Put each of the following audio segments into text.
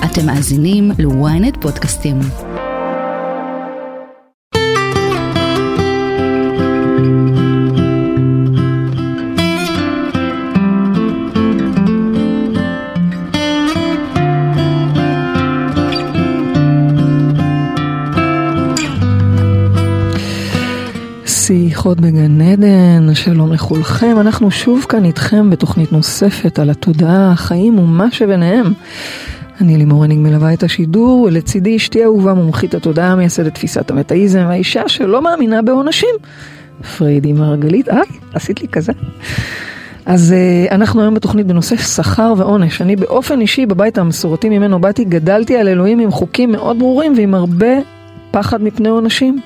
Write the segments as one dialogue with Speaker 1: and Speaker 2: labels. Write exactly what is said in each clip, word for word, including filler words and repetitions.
Speaker 1: אתם מאזינים ל-ynet פודקאסטים.
Speaker 2: שיחות בגן עדן, שלום לכולכם, אנחנו שוב כאן איתכם בתוכנית נוספת על התודעה, החיים ומה שביניהם. אני לימור הניג מלווה את השידור, ולצידי אשתי אהובה מומחית התודעה, מייסדת תפיסת המטאיזם, האישה שלא מאמינה בעונשים, פריידי מרגלית. אה, עשית לי כזה. אז uh, אנחנו היום בתוכנית בנושא שכר ועונש. אני באופן אישי בבית המסורתי ממנו באתי, גדלתי על אלוהים עם חוקים מאוד ברורים ועם הרבה פחד מפני עונשים.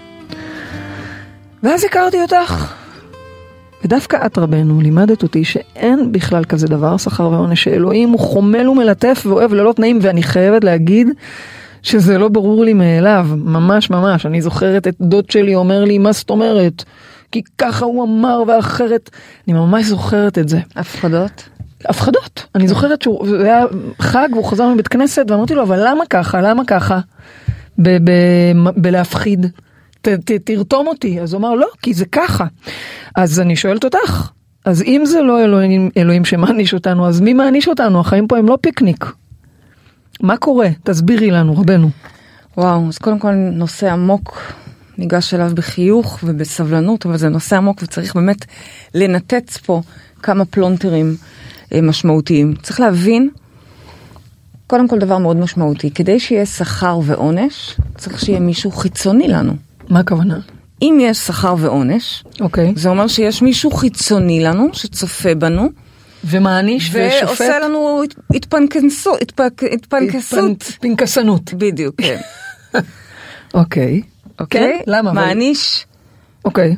Speaker 2: ואז הכרתי אותך. ודווקא את רבנו לימדת אותי שאין בכלל כזה דבר, שכר ועונש, שאלוהים הוא חומל ומלטף ואוהב ללא תנאים, ואני חייבת להגיד שזה לא ברור לי מאליו, ממש ממש. אני זוכרת את דוד שלי אומר לי, מה זאת אומרת? כי ככה הוא אמר ואחרת. אני ממש זוכרת את זה.
Speaker 3: הפחדות?
Speaker 2: הפחדות. אני זוכרת שהוא היה חג והוא חזר מבית כנסת, ואמרתי לו, אבל למה ככה? למה ככה? ב- ב- בלהפחיד. ת, ת, תרתום אותי. אז הוא אמר, לא, כי זה ככה. אז אני שואלת אותך, אז אם זה לא אלוהים, אלוהים שמעניש אותנו, אז מי מעניש אותנו? החיים פה הם לא פיקניק. מה קורה? תסבירי לנו, רבנו.
Speaker 3: וואו, אז קודם כל נושא עמוק, ניגש אליו בחיוך ובסבלנות, אבל זה נושא עמוק וצריך באמת לנתץ פה כמה פלונטרים משמעותיים. צריך להבין, קודם כל דבר מאוד משמעותי, כדי שיהיה שכר ועונש, צריך שיהיה מישהו חיצוני לנו.
Speaker 2: מה הכוונה?
Speaker 3: אם יש שכר ועונש,
Speaker 2: אוקיי.
Speaker 3: זה אומר שיש מישהו חיצוני לנו, שצופה בנו,
Speaker 2: ומעניש ושופט.
Speaker 3: ועושה לנו התפנקסות. התפנקסות.
Speaker 2: פנקסנות.
Speaker 3: בדיוק, כן.
Speaker 2: אוקיי.
Speaker 3: אוקיי?
Speaker 2: למה?
Speaker 3: מעניש.
Speaker 2: אוקיי.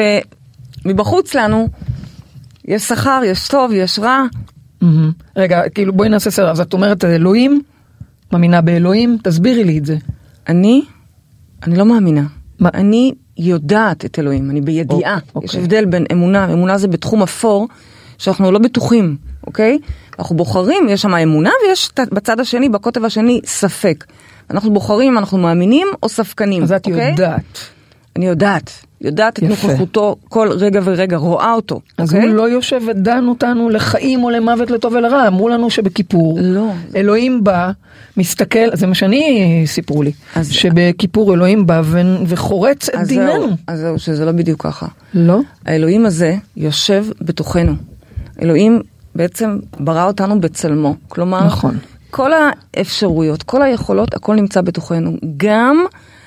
Speaker 3: ומבחוץ לנו, יש שכר, יש טוב, יש רע.
Speaker 2: רגע, כאילו בואי נעשה סדר. אז את אומרת אלוהים, מאמינה באלוהים, תסבירי לי את זה.
Speaker 3: אני, אני לא מאמינה. אני יודעת את אלוהים, אני בידיעה. יש הבדל בין אמונה, אמונה זה בתחום אפור, שאנחנו לא בטוחים, אוקיי? אנחנו בוחרים, יש שם אמונה, ויש בצד השני, בקוטב השני, ספק. אנחנו בוחרים, אנחנו מאמינים או ספקנים.
Speaker 2: אז את יודעת.
Speaker 3: אני יודעת. יודעת את נוכחותו כל רגע ורגע, רואה אותו.
Speaker 2: אז הוא לא יושב ודן אותנו לחיים או למוות, לטוב ולרע. אמרו לנו שבכיפור, אלוהים בא, מסתכל, זה מה שאני סיפרו לי, שבכיפור אלוהים בא וחורץ את דיננו.
Speaker 3: אז זהו, שזה לא בדיוק ככה.
Speaker 2: לא?
Speaker 3: האלוהים הזה יושב בתוכנו. אלוהים בעצם ברא אותנו בצלמו. כלומר,
Speaker 2: נכון.
Speaker 3: כל האפשרויות, כל היכולות, הכל נמצא בתוכנו. גם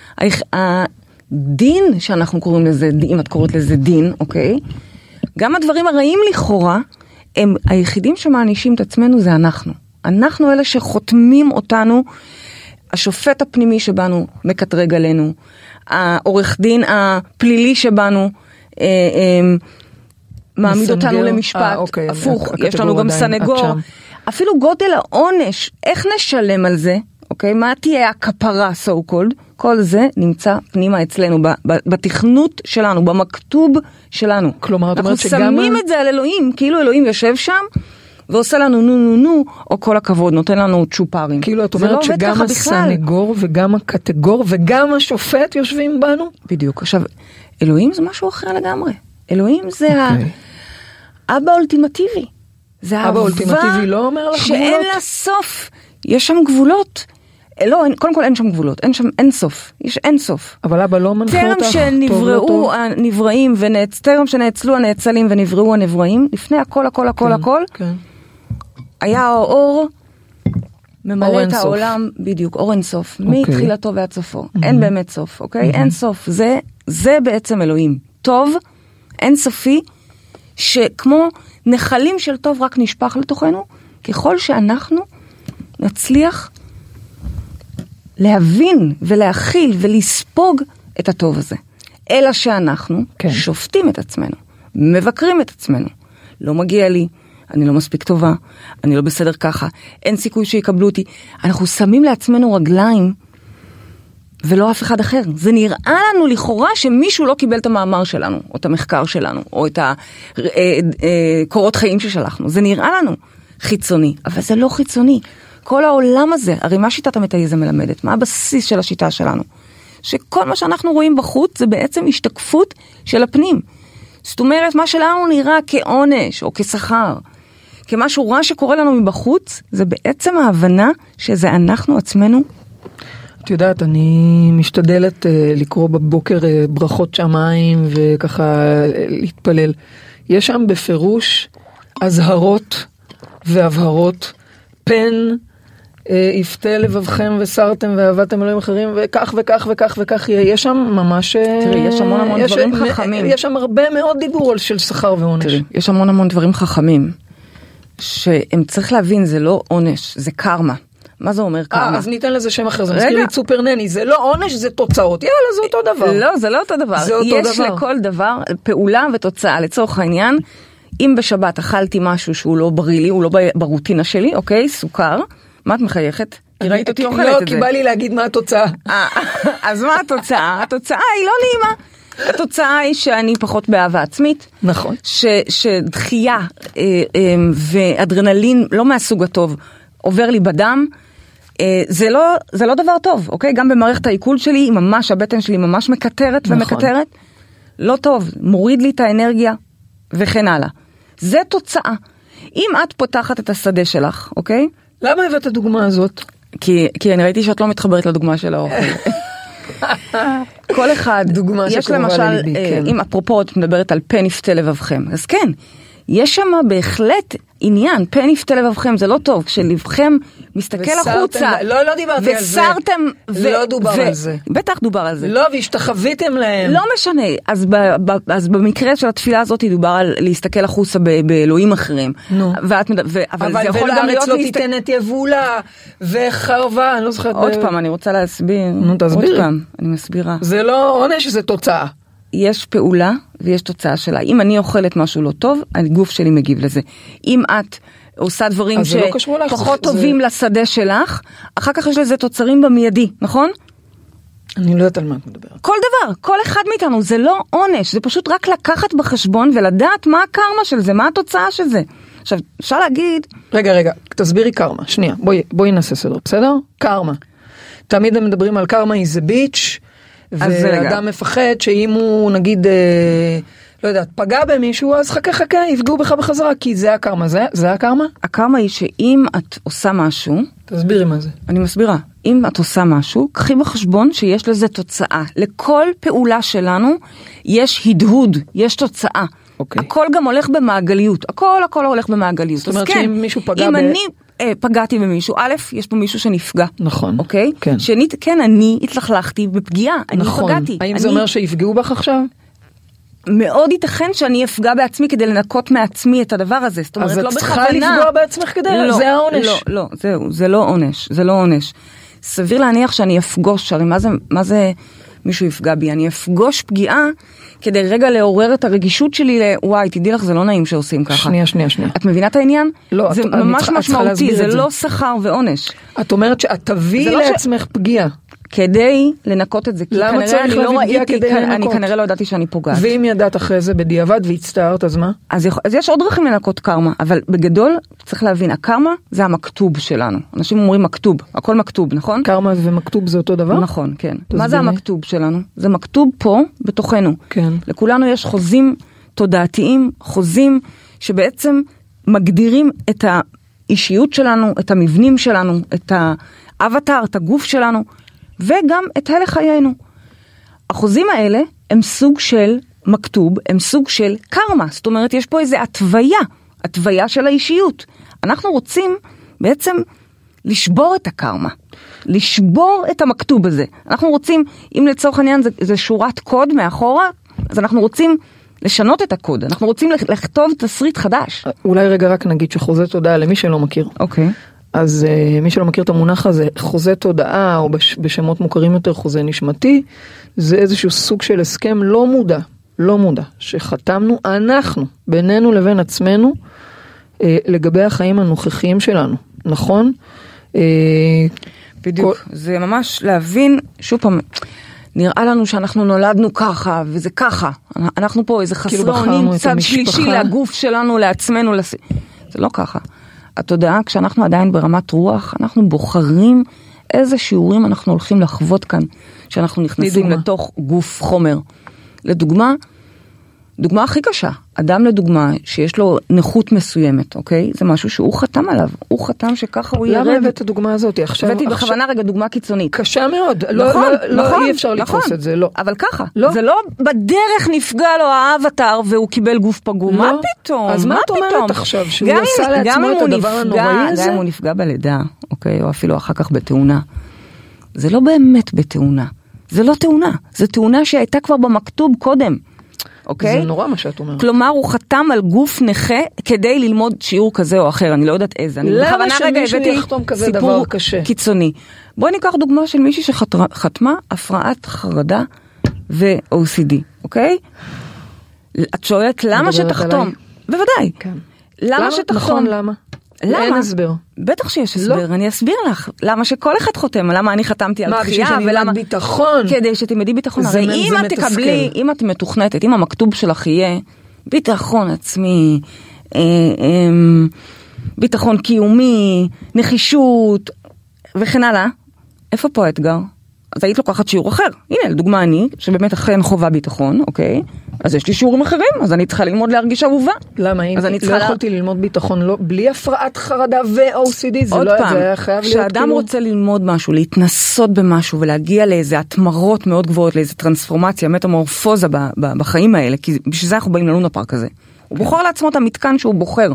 Speaker 3: הדין שאנחנו קוראים לזה, אם את קוראת לזה דין, אוקיי? גם הדברים הרעים לכאורה, הם היחידים שמענישים את עצמנו זה אנחנו. אנחנו אלה שחותמים אותנו, השופט הפנימי שבנו מקטרג עלינו, העורך דין הפלילי שבנו אה, אה, מעמיד מסנגר. אותנו למשפט, אה, אוקיי, הפוך, יש לנו גם סנגור. אפילו גודל העונש, איך נשלם על זה? אוקיי, מה תהיה הכפרה so called? כל זה נמצא פנימה אצלנו, בתכנות שלנו, במכתוב שלנו.
Speaker 2: כלומר,
Speaker 3: אנחנו שמים את זה על אלוהים, כאילו אלוהים יושב שם, ועושה לנו נו נו נו, או כל הכבוד, נותן לנו צ'ופרים.
Speaker 2: כאילו את אומרת שגם הסנגור וגם הקטגור וגם השופט יושבים בנו?
Speaker 3: בדיוק. עכשיו, אלוהים זה משהו אחר לגמרי. אלוהים זה האבא האולטימטיבי. זה
Speaker 2: האבא האולטימטיבי לא אומר לך גבולות?
Speaker 3: שאין לה סוף. יש שם גבולות. לא, קודם כל אין שם גבולות, אין שם אין סוף, יש אין סוף.
Speaker 2: אבל אבא לא מנחה אותך,
Speaker 3: טרם שנבראו הנבראים, טרם שנאצלו הנאצלים ונבראו הנבראים, לפני הכל הכל הכל הכל, היה האור ממלא את העולם, בדיוק, אור אין סוף, מתחילתו ועד סופו, אין באמת סוף, אוקיי? אין סוף, זה בעצם אלוהים, טוב, אין סופי, שכמו נחלים של טוב רק נשפך לתוכנו, ככל שאנחנו נצליח להבין ולהכיל ולספוג את הטוב הזה. אלא שאנחנו כן. שופטים את עצמנו, מבקרים את עצמנו. לא מגיע לי, אני לא מספיק טובה, אני לא בסדר ככה, אין סיכוי שיקבלו אותי. אנחנו שמים לעצמנו רגליים ולא אף אחד אחר. זה נראה לנו לכאורה שמישהו לא קיבל את המאמר שלנו, או את המחקר שלנו, או את הקורות חיים ששלחנו. זה נראה לנו חיצוני, אבל זה לא חיצוני. כל העולם הזה, הרי מה שיטת המטאיזם מלמדת? מה הבסיס של השיטה שלנו? שכל מה שאנחנו רואים בחוץ זה בעצם השתקפות של הפנים. זאת אומרת, מה שלנו נראה כעונש או כשכר, כמשהו רע שקורה לנו מבחוץ, זה בעצם ההבנה שזה אנחנו עצמנו.
Speaker 2: את יודעת, אני משתדלת uh, לקרוא בבוקר uh, ברכות שמיים וככה uh, להתפלל. יש שם בפירוש הזהרות והבהרות, פן uh, יפתה לבבכם וסרתם ואהבתם אלוהים אחרים, וכך וכך וכך וכך יהיה. יש שם ממש...
Speaker 3: תראי, יש המון המון יש, דברים מ- חכמים.
Speaker 2: יש שם הרבה מאוד דיבור על של שכר ועונש.
Speaker 3: תראי, יש המון המון דברים חכמים, שהם צריך להבין, זה לא עונש, זה קרמה. מה זה אומר קרמה?
Speaker 2: אז ניתן לזה שם אחר, זה מזכיר לי סופר נני, זה לא עונש, זה תוצאות. יאללה, זה אותו דבר.
Speaker 3: לא, זה לא אותו דבר.
Speaker 2: זה אותו
Speaker 3: יש
Speaker 2: דבר.
Speaker 3: לכל דבר פעולה ותוצאה. לצורך העניין, אם בשבת אכלתי משהו שהוא לא בריא לי, הוא לא ברוטינה שלי, אוקיי, סוכר, מה את מחייכת? כי ראית אותי אוכלת את זה.
Speaker 2: לא, כי בא לי להגיד מה התוצאה.
Speaker 3: אז מה התוצאה? התוצאה היא לא נעימה. התוצאה היא שאני פחות באהבה עצמית.
Speaker 2: נכון.
Speaker 3: שדחייה ואדרנלין לא מהסוג הטוב עובר לי בדם. זה לא, זה לא דבר טוב, אוקיי? גם במערכת העיכול שלי, היא ממש, הבטן שלי ממש מקטרת ומקטרת. לא טוב, מוריד לי את האנרגיה וכן הלאה. זה תוצאה. אם את פותחת את השדה שלך, אוקיי?
Speaker 2: למה הבאת הדוגמה הזאת?
Speaker 3: כי, כי אני ראיתי שאת לא מתחברת לדוגמה של האוכל. כל אחד, יש למשל, אם אפרופו את מדברת על פן יפתה לבבכם, אז כן, יש שם בהחלט עניין, פן יפתה לבבכם, זה לא טוב, כשלבכם מסתכל החוצה,
Speaker 2: לא, לא דיברתי על זה,
Speaker 3: וסרתם,
Speaker 2: לא דובר על זה,
Speaker 3: בטח דובר על זה,
Speaker 2: לא, והשתחוויתם להם,
Speaker 3: לא משנה, אז במקרה של התפילה הזאת דובר על להסתכל החוצה באלוהים אחרים, אבל זה יכול גם להיות,
Speaker 2: לא תיתן את יבולה, וחרבה, אני לא זוכרת,
Speaker 3: עוד פעם, אני רוצה להסביר,
Speaker 2: נו תסבירי,
Speaker 3: עוד פעם, אני מסבירה,
Speaker 2: זה לא עונש, זה תוצאה,
Speaker 3: יש פעולה ויש תוצאה שלה. אם אני אוכלת משהו לא טוב, הגוף שלי מגיב לזה. אם את עושה דברים שפחות טובים לשדה שלך, אחר כך יש לזה תוצרים במיידי, נכון?
Speaker 2: אני לא יודעת על מה את מדברת.
Speaker 3: כל דבר, כל אחד מאיתנו, זה לא עונש, זה פשוט רק לקחת בחשבון ולדעת מה הקרמה של זה, מה התוצאה של זה. עכשיו, אפשר להגיד...
Speaker 2: רגע, רגע, תסבירי קרמה, שנייה, בואי, בואי נעשה סדר, בסדר? קרמה. תמיד הם מדברים על קרמה is a bitch, ואדם מפחד שאם הוא נגיד, אה, לא יודעת, פגע במישהו, אז חכה חכה, יפגעו בך בחזרה, כי זה הקרמה, זה, זה הקרמה?
Speaker 3: הקרמה היא שאם את עושה משהו...
Speaker 2: תסבירי מה זה.
Speaker 3: אני מסבירה. אם את עושה משהו, קחי בחשבון שיש לזה תוצאה. לכל פעולה שלנו יש הדהוד, יש תוצאה.
Speaker 2: אוקיי.
Speaker 3: הכל גם הולך במעגליות. הכל, הכל הולך במעגליות.
Speaker 2: זאת אומרת שאם מישהו פגע
Speaker 3: אם
Speaker 2: ב...
Speaker 3: אני אה, פגעתי במישהו, א', יש פה מישהו שנפגע.
Speaker 2: נכון.
Speaker 3: אוקיי?
Speaker 2: כן.
Speaker 3: שנית, כן, אני התלכלכתי בפגיעה. אני
Speaker 2: נכון.
Speaker 3: פגעתי.
Speaker 2: האם
Speaker 3: אני...
Speaker 2: זה אומר שיפגעו בך עכשיו?
Speaker 3: מאוד ייתכן שאני אפגע בעצמי כדי לנקות מעצמי את הדבר הזה. זאת אומרת,
Speaker 2: אז
Speaker 3: לא
Speaker 2: את
Speaker 3: בכוונה.
Speaker 2: צריכה לפגוע בעצמך כדי,
Speaker 3: לא,
Speaker 2: זה העונש.
Speaker 3: לא, לא, זהו, זה לא עונש, זה לא עונש. סביר להניח שאני אפגוש, הרי מה זה, מה זה מישהו יפגע בי? אני אפגוש פגיעה כדי רגע לעורר את הרגישות שלי לוואי, תדעי לך, זה לא נעים שעושים ככה.
Speaker 2: שנייה, שנייה, שנייה.
Speaker 3: את מבינה את העניין?
Speaker 2: לא,
Speaker 3: זה
Speaker 2: את,
Speaker 3: ממש
Speaker 2: צריכה,
Speaker 3: משמעותי, זה,
Speaker 2: זה
Speaker 3: לא שכר ועונש.
Speaker 2: את אומרת שאת תביאי לעצמך ש... פגיעה.
Speaker 3: כדי לנקות את זה.
Speaker 2: למה צריך
Speaker 3: לא
Speaker 2: להביא פגיעה כדי לנקות?
Speaker 3: אני כנראה לא ידעתי שאני פוגעת.
Speaker 2: ואם ידעת אחרי זה בדיעבד והצטערת, אז מה?
Speaker 3: אז, אז יש עוד דרכים לנקות קרמה, אבל בגדול צריך להבין, הקרמה זה המכתוב שלנו. אנשים אומרים מכתוב, הכל מכתוב, נכון?
Speaker 2: קרמה ומכתוב זה אותו דבר?
Speaker 3: נכון, כן. מה זה המכתוב שלנו? זה מכתוב פה בתוכנו.
Speaker 2: כן.
Speaker 3: לכולנו יש חוזים תודעתיים, חוזים שבעצם מגדירים את האישיות שלנו, את המבנים שלנו, את האבטר, את הגוף שלנו, וגם את הלך חיינו. החוזים האלה הם סוג של מכתוב, הם סוג של קרמה. זאת אומרת, יש פה איזו התוויה, התוויה של האישיות. אנחנו רוצים בעצם לשבור את הקרמה, לשבור את המכתוב הזה. אנחנו רוצים, אם לצורך העניין זה, זה שורת קוד מאחורה, אז אנחנו רוצים לשנות את הקוד. אנחנו רוצים לכתוב תסריט חדש.
Speaker 2: אולי רגע רק נגיד שחוזה תודעה למי שלא מכיר.
Speaker 3: אוקיי.
Speaker 2: אז uh, מי שלא מכיר את המונח הזה, חוזה תודעה, או בש, בשמות מוכרים יותר חוזה נשמתי, זה איזשהו סוג של הסכם לא מודע, לא מודע, שחתמנו אנחנו, בינינו לבין עצמנו, uh, לגבי החיים הנוכחיים שלנו, נכון? Uh,
Speaker 3: בדיוק, כל... זה ממש להבין, שוב פעם, נראה לנו שאנחנו נולדנו ככה, וזה ככה, אנחנו פה איזה חסרי אונים, צד שלישי לגוף שלנו, לעצמנו, לס... זה לא ככה. התודעה, כשאנחנו עדיין ברמת רוח, אנחנו בוחרים איזה שיעורים אנחנו הולכים לחוות כאן, שאנחנו נכנסים לדוגמה. לתוך גוף חומר. לדוגמה, דוגמה הכי קשה, אדם לדוגמה שיש לו נכות מסוימת, אוקיי? זה משהו שהוא חתם עליו, הוא חתם שככה הוא ירד.
Speaker 2: למה הבאת הדוגמה הזאת? עכשיו...
Speaker 3: הבאתי בכוונה רגע דוגמה קיצונית.
Speaker 2: קשה מאוד,
Speaker 3: נכון,
Speaker 2: לא, לא,
Speaker 3: נכון,
Speaker 2: לא אי אפשר לתפוס
Speaker 3: נכון,
Speaker 2: את זה, לא.
Speaker 3: אבל ככה,
Speaker 2: לא.
Speaker 3: זה לא בדרך נפגע לו האבטר והוא קיבל גוף פגום, לא. מה פתאום?
Speaker 2: אז מה, מה את אומרת עכשיו, שהוא עשה לעצמו את הדבר הנוראי הזה?
Speaker 3: גם אם הוא נפגע בלידה, אוקיי, או אפילו אחר כך בתאונה, זה לא באמת בתאונה, זה לא תאונה, זה תאונה שהייתה כבר במכתוב קודם. אוקיי?
Speaker 2: זה נורא מה שאת אומרת.
Speaker 3: כלומר, הוא חתם על גוף נכה כדי ללמוד שיעור כזה או אחר, אני לא יודעת איזה.
Speaker 2: למה שמישהו יחתום כזה דבר קשה?
Speaker 3: קיצוני. בואי ניקח דוגמה של מישהי שחתמה הפרעת חרדה ו-או סי די, אוקיי? את שואלת למה שתחתום? בוודאי. למה שתחתום?
Speaker 2: נכון, למה?
Speaker 3: למה?
Speaker 2: אין הסבר.
Speaker 3: בטח שיש הסבר, לא. אני אסביר לך. למה שכל אחד חותם, למה אני חתמתי על דחייה,
Speaker 2: ולמה... מה, בשביל שאני ביטחון?
Speaker 3: כדי שתלמדי ביטחון.
Speaker 2: זה,
Speaker 3: הרי
Speaker 2: זה
Speaker 3: אם את תקבלי, אם את מתוכנתת, אם המכתוב שלך יהיה ביטחון עצמי, אה, אה, ביטחון קיומי, נחישות, וכן הלאה, איפה פה האתגר? אז היית לוקחת שיעור אחר. הנה, לדוגמה אני, שבאמת אכן חובה ביטחון, אוקיי? אז יש לי שיעורים אחרים, אז אני צריכה ללמוד להרגיש אהובה.
Speaker 2: למה? אם לא יכולתי ללמוד ביטחון, בלי הפרעת חרדה ו-או סי די, זה לא היה חייב להיות כאילו...
Speaker 3: כשאדם רוצה ללמוד משהו, להתנסות במשהו, ולהגיע לאיזה התמרות מאוד גבוהות, לאיזה טרנספורמציה, מטמורפוזה בחיים האלה, כי בשביל זה אנחנו באים ללונה פארק הזה. הוא בוחר לעצמו את המתקן שהוא בוחר.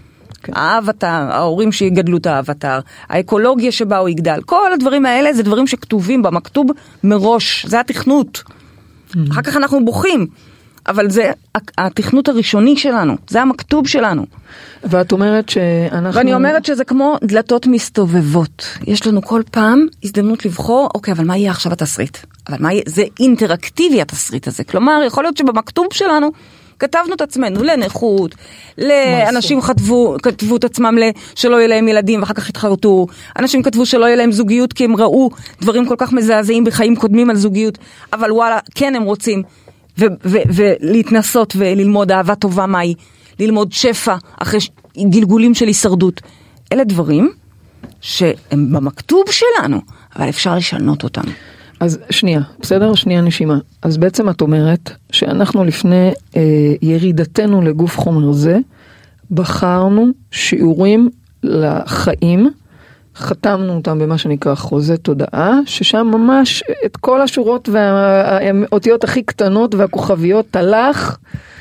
Speaker 3: האבטר, ההורים שיגדלו את האבטר, האקולוגיה שבה הוא יגדל, כל הדברים האלה זה דברים שכתובים במכתוב מראש, זה התכנות. אחר כך אנחנו בוכים, אבל זה התכנות הראשוני שלנו, זה המכתוב שלנו.
Speaker 2: ואת אומרת שאנחנו...
Speaker 3: ואני אומרת שזה כמו דלתות מסתובבות. יש לנו כל פעם הזדמנות לבחור, אוקיי, אבל מה יהיה עכשיו התסריט? אבל מה יהיה? זה אינטראקטיבי התסריט הזה. כלומר, יכול להיות שבמכתוב שלנו כתבנו את עצמנו לנכות, לאנשים כתבו, כתבו את עצמם שלא יהיה להם ילדים ואחר כך התחרטו, אנשים כתבו שלא יהיה להם זוגיות כי הם ראו דברים כל כך מזעזעים בחיים קודמים על זוגיות, אבל וואלה, כן הם רוצים ו- ו- ולהתנסות וללמוד אהבה טובה מהי, ללמוד שפע אחרי גלגולים של הישרדות. אלה דברים שהם במכתוב שלנו, אבל אפשר לשנות אותם.
Speaker 2: אז שנייה, בסדר? שנייה נשימה. אז בעצם את אומרת שאנחנו לפני אה, ירידתנו לגוף חומר זה, בחרנו שיעורים לחיים, חתמנו אותם במה שנקרא חוזה תודעה, ששם ממש את כל השורות והאותיות הכי קטנות והכוכביות תלך,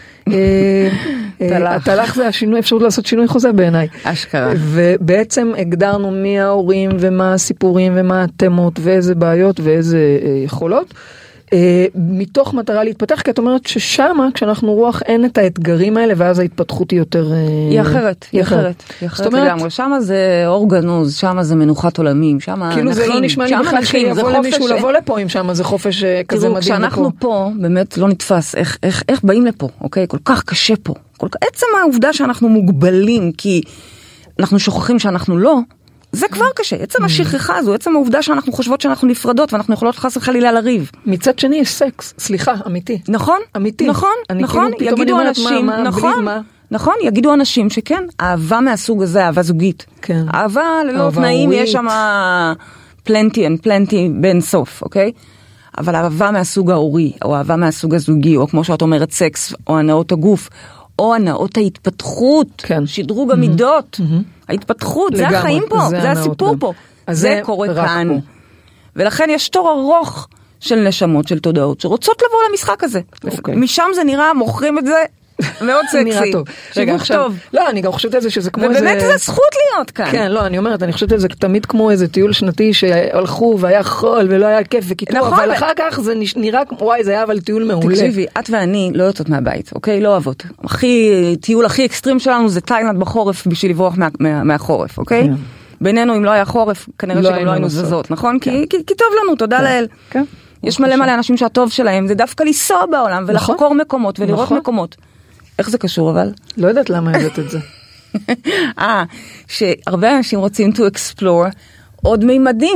Speaker 2: התהלך זה השינוי, אפשרות לעשות שינוי חוזה בעיניי.
Speaker 3: אשכרה.
Speaker 2: ובעצם הגדרנו מי ההורים ומה הסיפורים ומה התמות ואיזה בעיות ואיזה יכולות. מתוך מטרה להתפתח, כי את אומרת ששמה, כשאנחנו רוח, אין את האתגרים האלה, ואז ההתפתחות היא יותר...
Speaker 3: היא אחרת, היא אחרת. היא אחרת לגמרי. שמה זה אורגנוז, שמה זה מנוחת עולמים, שמה נחים.
Speaker 2: כאילו זה לא נשמע לי בכלל שיבוא למישהו לבוא לפה, אם שמה זה חופש כזה מדהים לפה.
Speaker 3: כשאנחנו פה, באמת לא נתפס איך באים לפה, אוקיי? כל כך קשה פה. עצם העובדה שאנחנו מוגבלים, כי אנחנו שוכחים שאנחנו לא, זה כבר קשה, עצם השכחה הזו, עצם העובדה שאנחנו חושבות שאנחנו נפרדות, ואנחנו יכולות חס וחלילה לריב.
Speaker 2: מצד שני יש סקס, סליחה, אמיתי.
Speaker 3: נכון,
Speaker 2: אמיתי.
Speaker 3: נכון, נכון, יגידו אנשים, נכון, נכון, יגידו אנשים שכן, אהבה מהסוג הזה, אהבה זוגית.
Speaker 2: כן.
Speaker 3: אהבה ללא תנאים, יש שם פלנטי and פלנטי בין סוף, אוקיי? אבל אהבה מהסוג ההורי, או אהבה מהסוג הזוגי, או כמו שאת אומרת סקס, או הנאות הגוף, או הנאות ההתפתחות,
Speaker 2: כן.
Speaker 3: שדרוג המידות, ההתפתחות, זה החיים פה, זה הסיפור פה, זה קורה כאן. ולכן יש תור ארוך של נשמות, של תודעות, שרוצות לבוא למשחק הזה. משם זה נראה, מוכרים את זה מאוד סקסי.
Speaker 2: נראה טוב. רגע, עכשיו, לא, אני גם חושבת על זה שזה כמו איזה...
Speaker 3: ובאמת זה זכות להיות כאן.
Speaker 2: כן, לא, אני אומרת, אני חושבת על זה תמיד כמו איזה טיול שנתי שהלכו והיה חול ולא היה כיף וקיטור, אבל אחר כך זה נראה כמו, וואי, זה היה אבל טיול מעולה.
Speaker 3: תקשיבי, את ואני לא יוצאות מהבית, אוקיי? לא אוהבות. טיול הכי אקסטרים שלנו זה תאילנד בחורף בשביל לברוח מהחורף, אוקיי? בינינו, אם לא היה חורף, כנראה שגם לא היינו זזות, נכון? כי טוב לנו, תודה לאל. כן. יש מלא מלא אנשים שהטוב שלהם זה דווקא לנסוע בעולם ולחקור מקומות ולראות מקומות. איך זה קשור אבל?
Speaker 2: לא יודעת למה הבאת את זה.
Speaker 3: אה, שהרבה אנשים רוצים to explore עוד מימדים,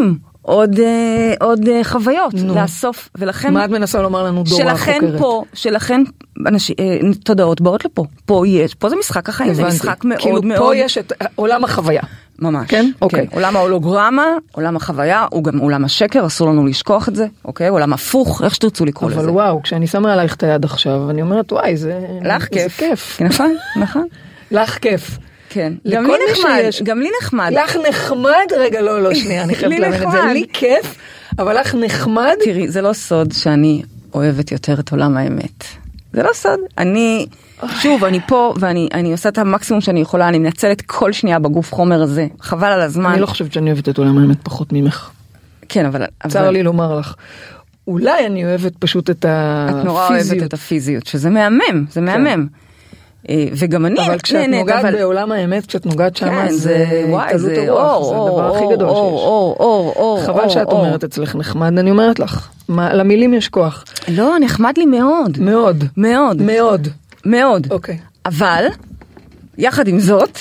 Speaker 3: עוד, עוד חוויות לאסוף, ולכן...
Speaker 2: מה את מנסה לומר לנו דורה החוקרת?
Speaker 3: שלכן פה, שלכן אנשים, תודעות באות לפה. פה יש, פה זה משחק החיים, זה משחק מאוד
Speaker 2: כאילו
Speaker 3: מאוד...
Speaker 2: פה יש את עולם החוויה.
Speaker 3: ממש.
Speaker 2: כן? אוקיי.
Speaker 3: כן. עולם ההולוגרמה, עולם החוויה, הוא גם עולם השקר, אסור לנו לשכוח את זה, אוקיי? עולם הפוך, איך שתרצו לקרוא לזה.
Speaker 2: אבל וואו, כשאני שמה עלייך את היד עכשיו, אני אומרת, וואי, זה...
Speaker 3: לך כיף.
Speaker 2: כיף.
Speaker 3: נכון, נכון.
Speaker 2: לך כיף.
Speaker 3: כן. גם לי נחמד, גם לי נחמד.
Speaker 2: לך נחמד, רגע, לא, לא, שנייה, אני חייבת להבין את זה. לי כיף, אבל לך נחמד.
Speaker 3: תראי, זה לא סוד שאני אוהבת יותר את עולם האמת. זה לא סוד. אני, שוב, אני פה, ואני אני עושה את המקסימום שאני יכולה, אני מנצלת כל שנייה בגוף חומר הזה. חבל על הזמן.
Speaker 2: אני לא חושבת שאני אוהבת את עולם האמת פחות ממך.
Speaker 3: כן, אבל...
Speaker 2: צר לי לומר לך. אולי אני אוהבת פשוט את הפיזיות.
Speaker 3: את נורא אוהבת את הפיזיות, שזה מהמם, זה מהמם. וגם אני...
Speaker 2: אבל כשאת נוגעת בעולם האמת, כשאת נוגעת שם, זה התעלות הרוח, זה הדבר הכי גדול שיש. חבל שאת אומרת אצלך נחמד, אני אומרת לך. למילים יש כוח.
Speaker 3: לא, נחמד לי מאוד.
Speaker 2: מאוד.
Speaker 3: מאוד.
Speaker 2: מאוד.
Speaker 3: מאוד.
Speaker 2: אוקיי.
Speaker 3: אבל, יחד עם זאת...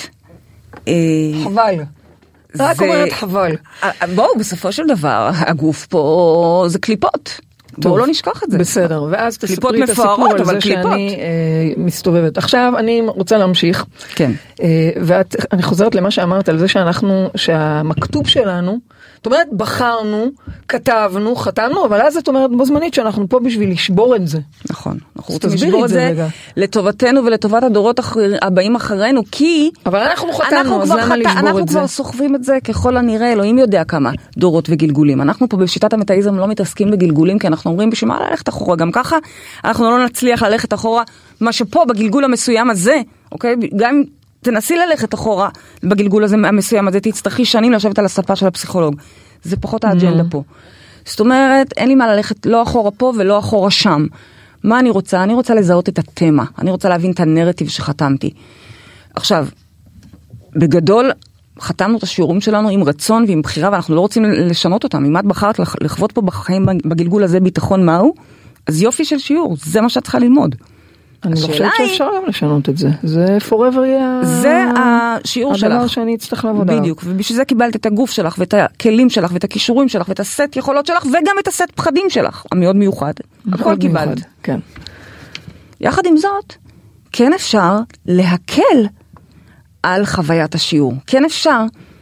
Speaker 2: חבל. רק אומרת חבל.
Speaker 3: בואו, בסופו של דבר, הגוף פה זה קליפות. בואו לא נשכח את זה.
Speaker 2: בסדר, ואז תספרי את הסיפור על זה שאני מסתובבת. עכשיו אני רוצה להמשיך.
Speaker 3: כן.
Speaker 2: ואני חוזרת למה שאמרת על זה שאנחנו, שהמכתוב שלנו, זאת אומרת, בחרנו, כתבנו, חתמנו, אבל אז את אומרת בו זמנית שאנחנו פה בשביל לשבור את זה.
Speaker 3: נכון. אנחנו רוצים לשבור את זה לטובתנו ולטובת הדורות הבאים אחרינו, כי...
Speaker 2: אבל אנחנו חתמנו, אז למה לשבור את זה?
Speaker 3: אנחנו כבר סוחבים את זה ככל הנראה, אלוהים יודע כמה דורות וגלגולים. אנחנו פה בשיטת המטאיזם לא מתעסקים בגלגולים, כי אנחנו אומרים בשביל מה ללכת אחורה. גם ככה אנחנו לא נצליח ללכת אחורה, מה שפה בגלגול המסוים הזה, אוקיי? גם תנסי ללכת אחורה בגלגול הזה המסוים הזה, תצטרכי שנים לשבת על הספה של הפסיכולוג. זה פחות האג'נדה פה. זאת אומרת, אין לי מה ללכת לא אחורה פה ולא אחורה שם. מה אני רוצה? אני רוצה לזהות את התמה. אני רוצה להבין את הנרטיב שחתמתי. עכשיו, בגדול, חתמנו את השיעורים שלנו עם רצון ועם בחירה, ואנחנו לא רוצים לשנות אותם. אם את בחרת לחוות פה בחיים בגלגול הזה ביטחון מהו, אז יופי של שיעור. זה מה שאת צריכה ללמוד.
Speaker 2: אני לא חושבת שאפשר גם לשנות את זה. זה forever יהיה...
Speaker 3: זה השיעור שלך.
Speaker 2: הדבר שאני אצטרך לעבוד עליו.
Speaker 3: בדיוק. ובשביל זה קיבלת את הגוף שלך, ואת הכלים שלך, ואת הכישורים שלך, ואת הסט יכולות שלך, וגם את הסט פחדים שלך. המאוד מיוחד. הכל קיבלת.
Speaker 2: כן.
Speaker 3: יחד עם זאת, כן אפשר להקל על חוויית השיעור. כן אפשר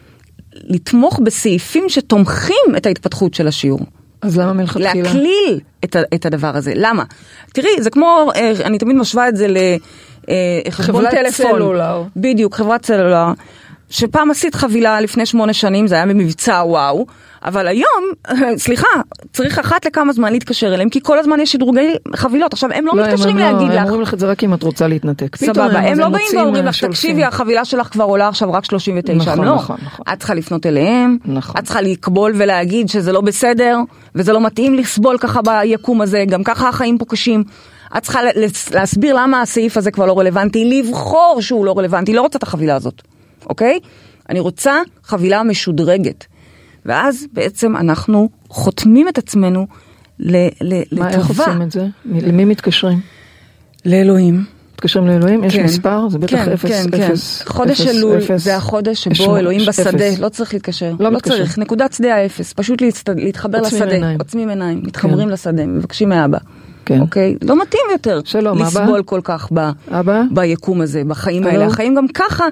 Speaker 3: לתמוך בסעיפים שתומכים את ההתפתחות של השיעור.
Speaker 2: אז למה מלכתחילה?
Speaker 3: להקליל את, את הדבר הזה. למה? תראי, זה כמו, אני תמיד משווה את זה לחשבון טלפון.
Speaker 2: סלולר.
Speaker 3: בדיוק, חברת סלולר. שפעם עשית חבילה לפני שמונה שנים, זה היה במבצע וואו, אבל היום, סליחה, צריך אחת לכמה זמן להתקשר אליהם, כי כל הזמן יש שדרוגי חבילות. עכשיו, הם לא, לא מתקשרים
Speaker 2: הם
Speaker 3: להגיד
Speaker 2: לא,
Speaker 3: לך.
Speaker 2: הם אומרים לך את זה רק אם את רוצה להתנתק.
Speaker 3: סבבה, הם לא באים ואומרים לך, תקשיבי, החבילה שלך כבר עולה עכשיו רק שלושים ותשע.
Speaker 2: נכון,
Speaker 3: לא.
Speaker 2: נכון, נכון.
Speaker 3: את צריכה לפנות אליהם,
Speaker 2: נכון.
Speaker 3: את צריכה לקבול ולהגיד שזה לא בסדר, וזה לא מתאים לסבול ככה ביקום הזה, גם ככה החיים פה קשים. את צריכה להסביר למה הסעיף הזה כבר לא רלוונטי, לבחור שהוא לא רלוונטי, לא רוצה את החבילה הזאת. אוקיי? אני רוצה חבילה משודרגת. ואז בעצם אנחנו חותמים את עצמנו לטובה.
Speaker 2: מה, איך עושים את זה? למי מתקשרים?
Speaker 3: לאלוהים.
Speaker 2: מתקשרים לאלוהים? יש מספר? זה בטח אפס, אפס.
Speaker 3: חודש אלול זה החודש שבו אלוהים בשדה, לא צריך להתקשר. לא צריך, נקודת שדה האפס. פשוט להתחבר לשדה. עוצמים עיניים, מתחברים לשדה, מבקשים מאבא. אוקיי? לא מתאים יותר לסבול כל כך ביקום הזה, בחיים האלה. החיים גם ככה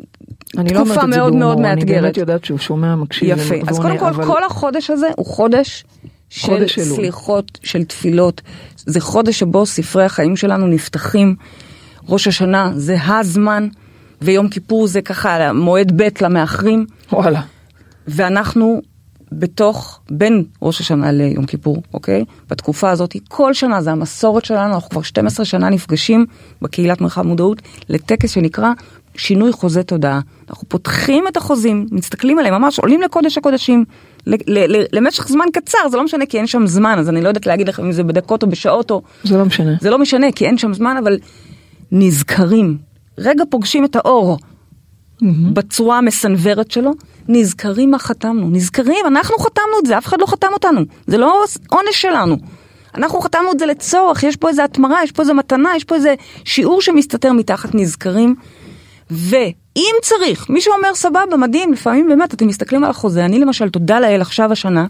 Speaker 3: תקופה מאוד מאוד מאתגרת.
Speaker 2: אני באמת יודעת שהוא שומע, מקשיב.
Speaker 3: יפה. אז קודם כל, כל החודש הזה הוא חודש של סליחות, של תפילות. זה חודש שבו ספרי החיים שלנו נפתחים. ראש השנה זה הזמן, ויום כיפור זה ככה מועד ב' למאחרים.
Speaker 2: וואלה.
Speaker 3: ואנחנו בתוך, בין ראש השנה ליום כיפור, אוקיי? בתקופה הזאת, כל שנה, זה המסורת שלנו, אנחנו כבר שתים עשרה שנה נפגשים בקהילת מרחב מודעות, לטקס שנקרא שינוי חוזה תודעה. אנחנו פותחים את החוזים, מסתכלים עליהם, ממש עולים לקודש הקודשים, למשך זמן קצר, זה לא משנה כי אין שם זמן, אז אני לא יודעת להגיד לכם אם זה בדקות או בשעות או...
Speaker 2: זה לא משנה.
Speaker 3: זה לא משנה כי אין שם זמן, אבל נזכרים. רגע פוגשים את האור בצורה המסנברת שלו, נזכרים מה חתמנו. נזכרים, אנחנו חתמנו את זה, אף אחד לא חתם אותנו. זה לא עונש שלנו. אנחנו חתמנו את זה לצורך, יש פה איזה התמרה, יש פה איזה מתנה, יש פה איזה שיעור שמסתתר מתחת, נזכרים, ואם צריך, מישהו אומר סבבה, מדהים, לפעמים באמת אתם מסתכלים על החוזה, אני למשל, תודה לאל עכשיו השנה,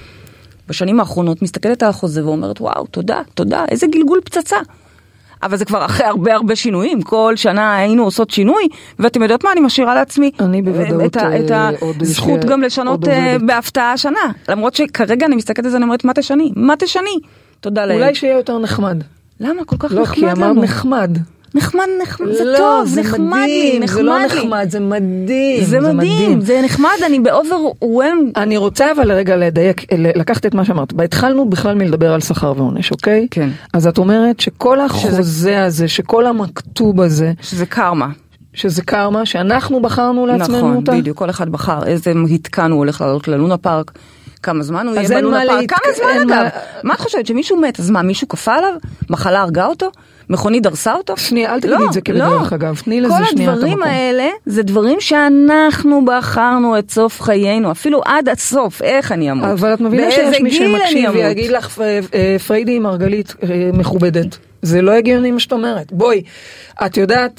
Speaker 3: בשנים האחרונות, מסתכלת על החוזה ואומרת, וואו, תודה, תודה, איזה גלגול פצצה. אבל זה כבר אחרי הרבה הרבה שינויים, כל שנה היינו עושות שינוי, ואתם יודעות מה, אני משאירה לעצמי
Speaker 2: אני בוודאות,
Speaker 3: את, ה, את הזכות גם לשנות בהפתעה השנה, למרות שכרגע אני מסתכלת על זה, אני אומרת, מה תשני? מה תשני? תודה לאל.
Speaker 2: אולי שיהיה יותר נחמד.
Speaker 3: למה? כל כך
Speaker 2: לא,
Speaker 3: נחמד
Speaker 2: כי
Speaker 3: לנו.
Speaker 2: אמרת נחמד.
Speaker 3: נחמד, נחמד, זה
Speaker 2: לא,
Speaker 3: טוב,
Speaker 2: זה
Speaker 3: נחמד
Speaker 2: מדהים,
Speaker 3: לי, נחמד
Speaker 2: זה לא
Speaker 3: לי.
Speaker 2: נחמד, זה מדהים.
Speaker 3: זה מדהים, זה נחמד, אני באובר-וולם.
Speaker 2: אני רוצה אבל רגע לדייק, לקחת את מה שאמרת. התחלנו בכלל מלדבר על שכר ועונש, אוקיי?
Speaker 3: כן.
Speaker 2: אז את אומרת שכל החוזה הזה, שכל המכתוב הזה,
Speaker 3: שזה קרמה.
Speaker 2: שזה קרמה, שאנחנו בחרנו לעצמנו
Speaker 3: נכון,
Speaker 2: אותה.
Speaker 3: נכון, בדיוק, כל אחד בחר איזה התקן הוא הולך לעלות ללונה פארק, כמה זמן הוא יהיה בלונה פארק, כמה זמן אגב? מה את חושבת, שמישהו מת, אז מה, מישהו קפה עליו? מחלה הרגה אותו? מכונית דרסה אותו?
Speaker 2: שנייה, אל תגידי את זה כבדרך אגב, תני לזה שנייה את המקום.
Speaker 3: כל הדברים האלה, זה דברים שאנחנו בחרנו את סוף חיינו, אפילו עד הסוף, איך אני אמות?
Speaker 2: אבל את מבינה שיש מי שמקשיב ויגיד לך, פריידי מרגלית מכובדת. זה לא הגיוני מה שאת אומרת. בואי, את יודעת,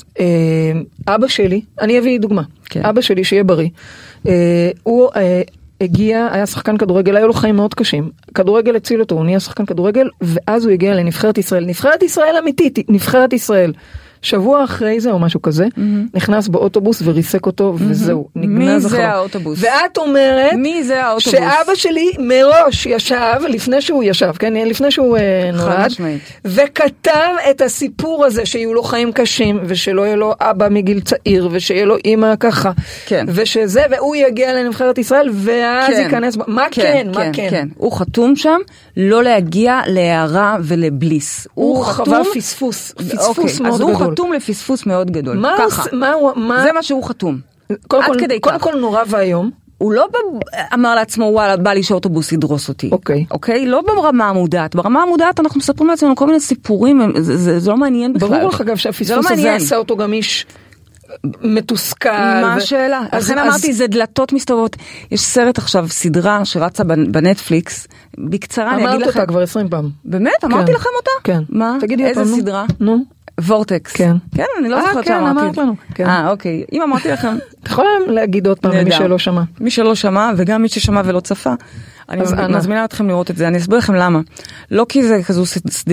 Speaker 2: אבא שלי, אני אביא דוגמה, אבא שלי שיהיה בריא, הוא הגיע, היה שחקן כדורגל, היו לו חיים מאוד קשים, כדורגל הציל אותו, הוא נהיה שחקן כדורגל, ואז הוא הגיע לנבחרת ישראל, נבחרת ישראל אמיתית, נבחרת ישראל, שבוע אחרי זה או משהו כזה, נכנס באוטובוס וריסק אותו, וזהו, נגנז אחריו.
Speaker 3: מי זה האוטובוס?
Speaker 2: ואת אומרת,
Speaker 3: מי זה האוטובוס?
Speaker 2: שאבא שלי מראש ישב, לפני שהוא ישב, כן, לפני שהוא נולד, וכתב את הסיפור הזה, שיהיו לו חיים קשים, ושלא יהיה לו אבא מגיל צעיר, ושיהיה לו אמא ככה, ושזה, והוא יגיע לנבחרת ישראל, ואז ייכנס, מה כן, מה כן?
Speaker 3: הוא חתום שם, לא להגיע להערה ולבליס.
Speaker 2: הוא חווה פספוס, פספוס מאוד גדול.
Speaker 3: חתום לפספוס מאוד גדול.
Speaker 2: מה
Speaker 3: ככה.
Speaker 2: מה, מה...
Speaker 3: זה מה שהוא חתום.
Speaker 2: קודם
Speaker 3: עד
Speaker 2: כל,
Speaker 3: כדי
Speaker 2: קודם
Speaker 3: כך.
Speaker 2: כל נורא והיום.
Speaker 3: הוא לא אמר לעצמו, וואלה, בא לי שאוטובוס ידרוס אותי.
Speaker 2: אוקיי.
Speaker 3: אוקיי? לא ברמה המודעת. ברמה המודעת אנחנו מספרים לעצמנו כל מיני סיפורים, זה, זה, זה לא מעניין בכלל.
Speaker 2: ברור לך אגב שהפספוס הזה עשה אותו גם איש מתוסכל.
Speaker 3: מה השאלה? לכן אמרתי, זה דלתות מסתובבות. יש סרט עכשיו, סדרה שרצה בנטפליקס, בקצרה אני אגיד לכם.
Speaker 2: אמרת אותה כבר עשרים פעם.
Speaker 3: באמת? אמרתי לכם אותה?
Speaker 2: כן.
Speaker 3: מה? איזה סדרה?
Speaker 2: נו.
Speaker 3: וורטקס.
Speaker 2: כן.
Speaker 3: כן, אני לא זוכרת
Speaker 2: שאמרתי.
Speaker 3: כן,
Speaker 2: אמרת לנו.
Speaker 3: אה, אוקיי. אם אמרתי לכם...
Speaker 2: אתה יכול להגיד עוד פעם למי שלא שמע.
Speaker 3: מי שלא שמע, וגם מי ששמע ולא צפה. אני מזמינה אתכם לראות את זה. אני אסביר לכם למה. לא כי זה כזו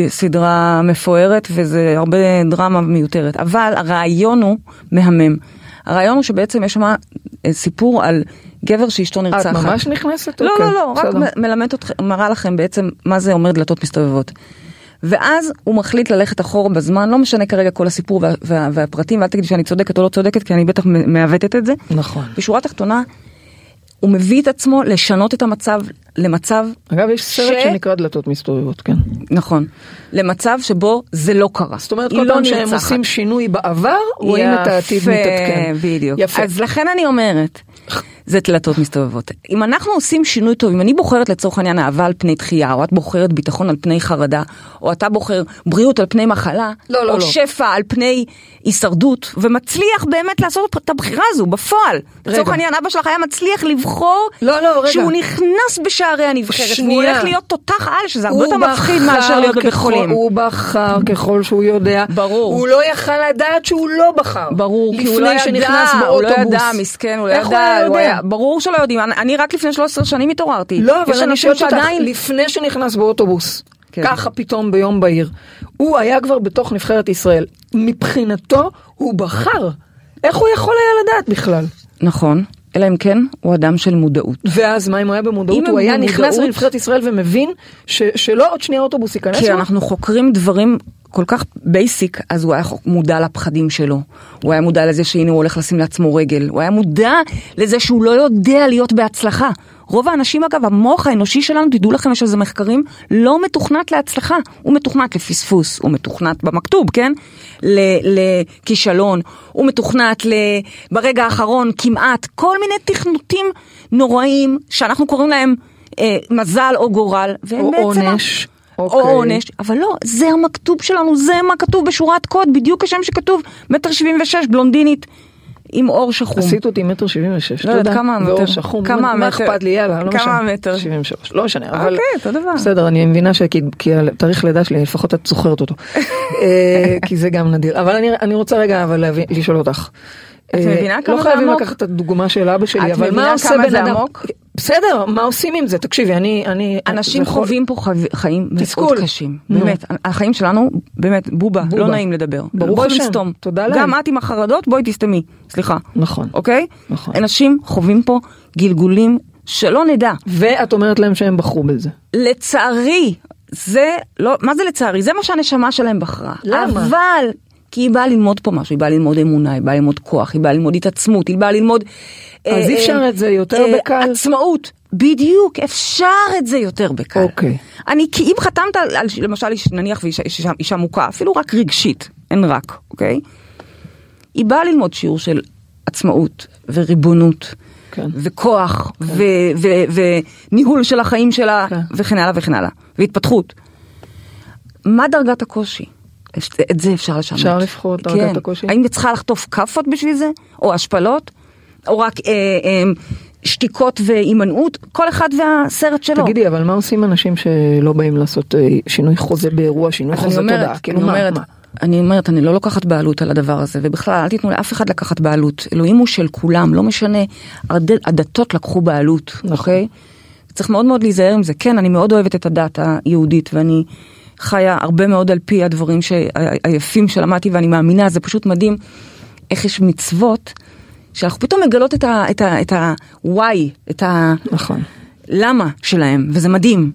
Speaker 3: סדרה מפוארת, וזה הרבה דרמה מיותרת. אבל הרעיון הוא מהמם. הרעיון הוא שבעצם יש שם סיפור על גבר שאשתו נרצחת.
Speaker 2: את ממש נכנסת?
Speaker 3: לא, לא, לא. רק מלמד אתכם, מראה לכם בעצם מה זה אומר דלתות מסתובבות. ואז הוא מחליט ללכת אחורה בזמן, לא משנה כרגע כל הסיפור וה, וה, והפרטים, ואל תגידי שאני צודקת או לא צודקת, כי אני בטח מעוותת את זה.
Speaker 2: נכון.
Speaker 3: בשורה תחתונה, הוא מביא את עצמו לשנות את המצב למצב...
Speaker 2: אגב, יש סרט ש... שנקרא דלתות מסתובבות, כן.
Speaker 3: נכון. למצב שבו זה לא קרה.
Speaker 2: זאת אומרת, כל פעם שהם עושים שינוי בעבר, רואים את העתיד מתעדכן.
Speaker 3: בדיוק. יפה. אז לכן אני אומרת... זה דלתות מסתובבות. אם אנחנו עושים שינוי טוב, אם אני בוחרת לצורך העניין אהבה על פני דחייה, או את בוחרת ביטחון על פני חרדה, או אתה בוחר בריאות על פני מחלה,
Speaker 2: לא, לא,
Speaker 3: או
Speaker 2: לא.
Speaker 3: שפע על פני הישרדות, ומצליח באמת לעשות את הבחירה הזו בפועל. לצורך העניין, אבא שלך היה מצליח לבחור
Speaker 2: לא, לא, רגע.
Speaker 3: שהוא נכנס בשערי הנבחרת,
Speaker 2: שנייה.
Speaker 3: והוא הולך להיות תותח על, שזה הרבה יותר מפחיד מאשר להיות בבית חולים.
Speaker 2: הוא בחר ככל שהוא יודע.
Speaker 3: ברור.
Speaker 2: הוא לא יכל לדעת שהוא לא בחר.
Speaker 3: ברור, כי הוא לא ידע, הוא לא ידע, מסכן, הוא לא ידע, ברור שלא יודעים, אני רק לפני שלוש עשרה שנים התעוררתי.
Speaker 2: לא, אבל אני חושבת אותך, לפני שנכנס באוטובוס, ככה פתאום ביום בהיר, הוא היה כבר בתוך נבחרת ישראל. מבחינתו, הוא בחר. איך הוא יכול היה לדעת בכלל?
Speaker 3: נכון, אלא אם כן, הוא אדם של מודעות.
Speaker 2: ואז מה אם הוא היה במודעות? הוא היה נכנס לנבחרת ישראל ומבין שלא עוד שנייה אוטובוס ייכנס לו?
Speaker 3: כי אנחנו חוקרים דברים... כל כך בייסיק, אז הוא היה מודע לפחדים שלו, הוא היה מודע לזה שהנה הוא הולך לשים לעצמו רגל, הוא היה מודע לזה שהוא לא יודע להיות בהצלחה. רוב האנשים אגב, המוח האנושי שלנו, תדעו לכם יש איזה מחקרים, לא מתוכנת להצלחה, הוא מתוכנת לפספוס, הוא מתוכנת במכתוב, כן? לכישלון, הוא מתוכנת ברגע האחרון כמעט, כל מיני תכנותים נוראים, שאנחנו קוראים להם אה, מזל או גורל,
Speaker 2: או עונש.
Speaker 3: או עונש, אבל לא, זה המכתוב שלנו, זה מה כתוב בשורת קוד, בדיוק השם שכתוב, מטר שבעים ושש, בלונדינית, עם אור שחום.
Speaker 2: עשית אותי מטר שבעים ושש,
Speaker 3: לא יודעת כמה המטר.
Speaker 2: ואור שחום, מה אכפת לי, יאללה, לא משנה.
Speaker 3: כמה המטר?
Speaker 2: שבעים ושלוש, לא משנה, אבל...
Speaker 3: אוקיי, אותו דבר.
Speaker 2: בסדר, אני מבינה כי התאריך לידה שלי, לפחות את זוכרת אותו. כי זה גם נדיר. אבל אני רוצה רגע לשאול אותך.
Speaker 3: את מבינה כמה
Speaker 2: לא
Speaker 3: זה
Speaker 2: חייבים
Speaker 3: עמוק?
Speaker 2: לקחת את הדוגמה של אבא שלי,
Speaker 3: את
Speaker 2: אבל
Speaker 3: מבינה
Speaker 2: מה עושה
Speaker 3: כמה
Speaker 2: בן
Speaker 3: זה
Speaker 2: אדם?
Speaker 3: עמוק?
Speaker 2: בסדר, מה עושים עם זה? תקשיבי, אני... אני
Speaker 3: אנשים
Speaker 2: יכול-
Speaker 3: חווים פה חו- חיים
Speaker 2: תסכול.
Speaker 3: מאוד קשים.
Speaker 2: נו.
Speaker 3: באמת, החיים שלנו, באמת, בובה,
Speaker 2: בובה.
Speaker 3: לא נעים לדבר.
Speaker 2: ברוך
Speaker 3: בואי
Speaker 2: השם,
Speaker 3: נסתום.
Speaker 2: תודה להם.
Speaker 3: גם את עם החרדות, בואי תסתמי. סליחה.
Speaker 2: נכון.
Speaker 3: אוקיי?
Speaker 2: נכון.
Speaker 3: אנשים חווים פה גלגולים שלא נדע.
Speaker 2: ואת אומרת להם שהם בחרו בזה.
Speaker 3: לצערי, זה לא, מה זה לצערי? זה מה שהנשמה שלהם בחרה.
Speaker 2: למה?
Speaker 3: אבל, כי היא באה ללמוד פה משהו, היא באה ללמוד אמונה, היא באה ללמוד כוח, היא באה ללמוד התעצמות, היא באה ללמוד...
Speaker 2: אז אי אפשר את זה יותר בקל?
Speaker 3: עצמאות. בדיוק, אפשר את זה יותר בקל.
Speaker 2: אוקיי.
Speaker 3: אני, כי אם חתמת על, על למשל, נניח ואישה, אישה, אישה מוכה, אפילו רק רגשית, אין רק, אוקיי? היא באה ללמוד שיעור של עצמאות וריבונות.
Speaker 2: כן.
Speaker 3: וכוח, ו- ו- וניהול של החיים שלה,
Speaker 2: כן.
Speaker 3: וכן הלאה וכן הלאה, והתפתחות. מה דרגת הקושי? את זה אפשר לשנות.
Speaker 2: אפשר לבחור את דרגת הקושי?
Speaker 3: האם את צריכה לחטוף כפות בשביל זה? או השפלות? או רק אה, אה, שתיקות והימנעות? כל אחד והסרט שלו.
Speaker 2: תגידי, אבל מה עושים אנשים שלא באים לעשות אה, שינוי חוזה באירוע, שינוי
Speaker 3: אז
Speaker 2: חוזה
Speaker 3: אני אומרת,
Speaker 2: תודעה? כאילו
Speaker 3: אני
Speaker 2: מה?
Speaker 3: אומרת,
Speaker 2: מה?
Speaker 3: אני אומרת, אני לא לוקחת בעלות על הדבר הזה, ובכלל, אל תיתנו לאף אחד לקחת בעלות. אלוהים הוא של כולם, לא משנה, הד- הדתות לקחו בעלות, אוקיי? צריך מאוד מאוד להיזהר עם זה. כן, אני מאוד אוהבת את הדת היהודית, ואני חיה הרבה מאוד על פי הדברים היפים שלמדתי, ואני מאמינה, זה פשוט מדהים איך יש מצוות, שאנחנו פתאום מגלות את ה, את ה, את ה-why, את ה...
Speaker 2: נכון.
Speaker 3: למה שלהם, וזה מדהים.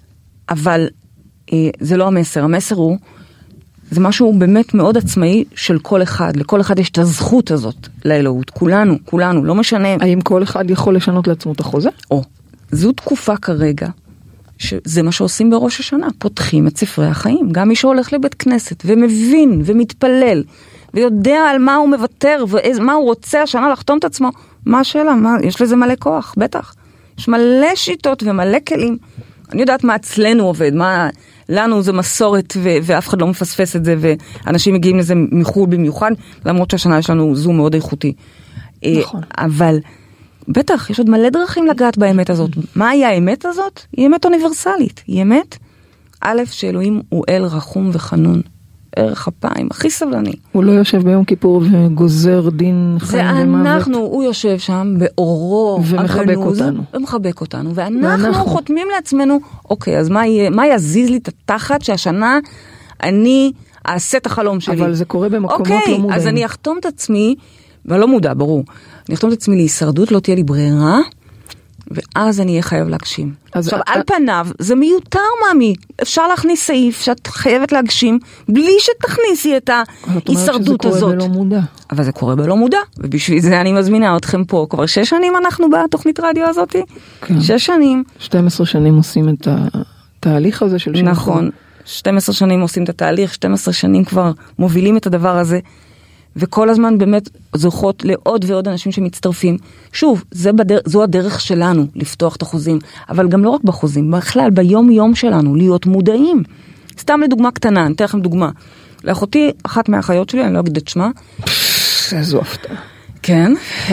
Speaker 3: אבל אה, זה לא המסר, המסר הוא, זה משהו באמת מאוד עצמאי של כל אחד, לכל אחד יש את הזכות הזאת לאלוהות, כולנו, כולנו, לא משנה.
Speaker 2: האם כל אחד יכול לשנות לעצמו את החוזה?
Speaker 3: או, זו תקופה כרגע, שזה מה שעושים בראש השנה, פותחים את ספרי החיים, גם מי שהולך לבית כנסת, ומבין, ומתפלל, ויודע על מה הוא מוותר, ומה הוא רוצה השנה לחתום את עצמו, מה השאלה? מה, יש לזה מלא כוח, בטח. יש מלא שיטות ומלא כלים. אני יודעת מה אצלנו עובד, מה לנו זה מסורת ו- ואף אחד לא מפספס את זה, ואנשים מגיעים לזה מחול במיוחד, למרות שהשנה יש לנו זום מאוד איכותי.
Speaker 2: נכון.
Speaker 3: אבל בטח, יש עוד מלא דרכים לגעת באמת הזאת. מהי האמת הזאת? היא אמת אוניברסלית. היא אמת, א', שאלוהים הוא אל רחום וחנון. ערך אפיים, הכי סבלני.
Speaker 2: הוא לא יושב ביום כיפור וגוזר דין
Speaker 3: זה
Speaker 2: חיים ומוות.
Speaker 3: אנחנו, הוא יושב שם באורו
Speaker 2: ומחבק
Speaker 3: הגנוז,
Speaker 2: אותנו.
Speaker 3: ומחבק אותנו, ואנחנו,
Speaker 2: ואנחנו.
Speaker 3: חותמים לעצמנו, אוקיי, אז מה, יהיה, מה יזיז לי את התחת שהשנה אני אעשה את החלום שלי?
Speaker 2: אבל זה קורה במקומות
Speaker 3: אוקיי,
Speaker 2: לא מודעים.
Speaker 3: אז אני אחתום את עצמי, ולא מודע, ברור, אני אחתום את עצמי להישרדות, לא תהיה לי ברירה, ואז אני אהיה חייב להגשים.
Speaker 2: אז
Speaker 3: עכשיו,
Speaker 2: אתה-
Speaker 3: על פניו, זה מיותר, מאמי. אפשר להכניס סעיף שאת חייבת להגשים, בלי שתכניסי את
Speaker 2: את אומרת
Speaker 3: ההישרדות
Speaker 2: שזה
Speaker 3: הזאת.
Speaker 2: קורה בלא מודע.
Speaker 3: אבל זה קורה בלא מודע, ובשביל זה אני מזמינה אתכם פה. כבר שש שנים אנחנו בתוכנית רדיו הזאת.
Speaker 2: כן.
Speaker 3: שש שנים.
Speaker 2: שתים עשרה שנים עושים את התהליך הזה של שינוי.
Speaker 3: נכון. שתים עשרה שנים עושים את התהליך, שתים עשרה שנים כבר מובילים את הדבר הזה, וכל הזמן באמת זוכות לעוד ועוד אנשים שמצטרפים. שוב, זה בדר... זו הדרך שלנו לפתוח את החוזים, אבל גם לא רק בחוזים, בכלל ביום יום שלנו, להיות מודעים. סתם לדוגמה קטנה, אני אתן לכם דוגמה. לאחותי, אחת מהאחיות שלי, אני לא אגיד את שמה.
Speaker 2: איזו הפתעה.
Speaker 3: כן.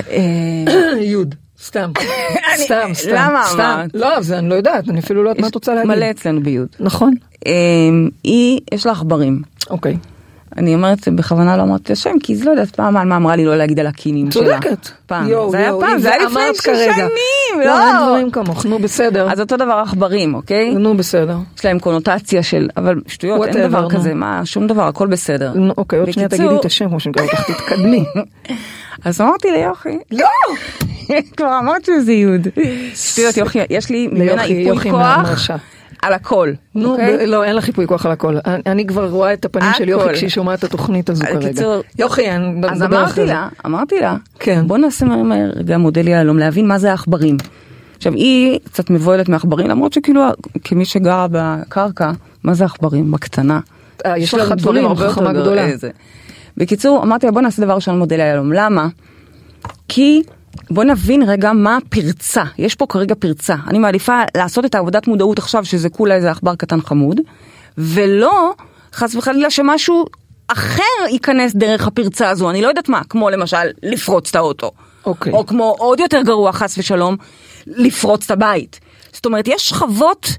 Speaker 2: יוד. סתם. סתם, סתם.
Speaker 3: למה
Speaker 2: סתם.
Speaker 3: אמרת?
Speaker 2: לא, זה אני לא יודעת, אני אפילו לא יודעת מה את רוצה להגיד.
Speaker 3: מלא אצלנו ביוד.
Speaker 2: נכון.
Speaker 3: היא, יש לה עכברים.
Speaker 2: אוקיי.
Speaker 3: אני אומרת, בכוונה לא אמרתי השם, כי זה לא יודעת פעם על מה אמרה לי לא להגיד על הקינים שלה.
Speaker 2: צודקת.
Speaker 3: פעם.
Speaker 2: יו,
Speaker 3: זה היה
Speaker 2: יו,
Speaker 3: פעם,
Speaker 2: אם
Speaker 3: זה היה לפני
Speaker 2: אמרת
Speaker 3: שש
Speaker 2: כרגע.
Speaker 3: שנים,
Speaker 2: לא,
Speaker 3: לא.
Speaker 2: אין דברים כמוך, נו בסדר.
Speaker 3: אז אותו דבר עכברים, אוקיי?
Speaker 2: נו בסדר.
Speaker 3: יש להם קונוטציה של, אבל שטויות, אין
Speaker 2: Whatever,
Speaker 3: דבר
Speaker 2: נו.
Speaker 3: כזה, מה, שום דבר, הכל בסדר.
Speaker 2: נו, אוקיי, עוד שנייה
Speaker 3: בקיצור-
Speaker 2: תגידי את השם, כמו שנקרא אותך, תתקדמי.
Speaker 3: אז אמרתי ליוכי,
Speaker 2: לא!
Speaker 3: כבר אמרת שזה יוד. שטויות, יוכי, יש לי ממנה
Speaker 2: ליוכי,
Speaker 3: איפוי
Speaker 2: יוכי
Speaker 3: כוח
Speaker 2: מהמרשה.
Speaker 3: על הכל,
Speaker 2: נו,
Speaker 3: אוקיי?
Speaker 2: ב- לא, אין לך חיפוי כוח על הכל. אני- אני כבר רואה את הפנים של יוכי
Speaker 3: הכל.
Speaker 2: כשהיא שומעת את התוכנית הזו כרגע.
Speaker 3: בקיצור-
Speaker 2: יוכי, אני
Speaker 3: אז
Speaker 2: מדבר
Speaker 3: אמרתי
Speaker 2: אחרי זה.
Speaker 3: לה, אמרתי לה,
Speaker 2: כן.
Speaker 3: בוא נעשה מהר מהר רגע מודל יהלום, להבין מה זה העכברים. עכשיו, היא קצת מבוהלת מעכברים, למרות שכאילו, כמי שגרה בקרקע, מה זה עכברים? בקטנה.
Speaker 2: אה, יש לך
Speaker 3: דברים
Speaker 2: דברים,
Speaker 3: הרבה יותר
Speaker 2: חכמה גדולה.
Speaker 3: איזה. בקיצור, אמרתי לה, בוא נעשה דבר ראשון מודל יהלום. למה? כי בוא נבין רגע מה הפרצה. יש פה כרגע פרצה. אני מעדיפה לעשות את העבודת מודעות עכשיו, שזה כולה איזה עכבר קטן חמוד, ולא חס וחלילה שמשהו אחר ייכנס דרך הפרצה הזו. אני לא יודעת מה, כמו למשל לפרוץ את האוטו.
Speaker 2: אוקיי.
Speaker 3: או כמו עוד יותר גרוע, חס ושלום, לפרוץ את הבית. זאת אומרת, יש שכבות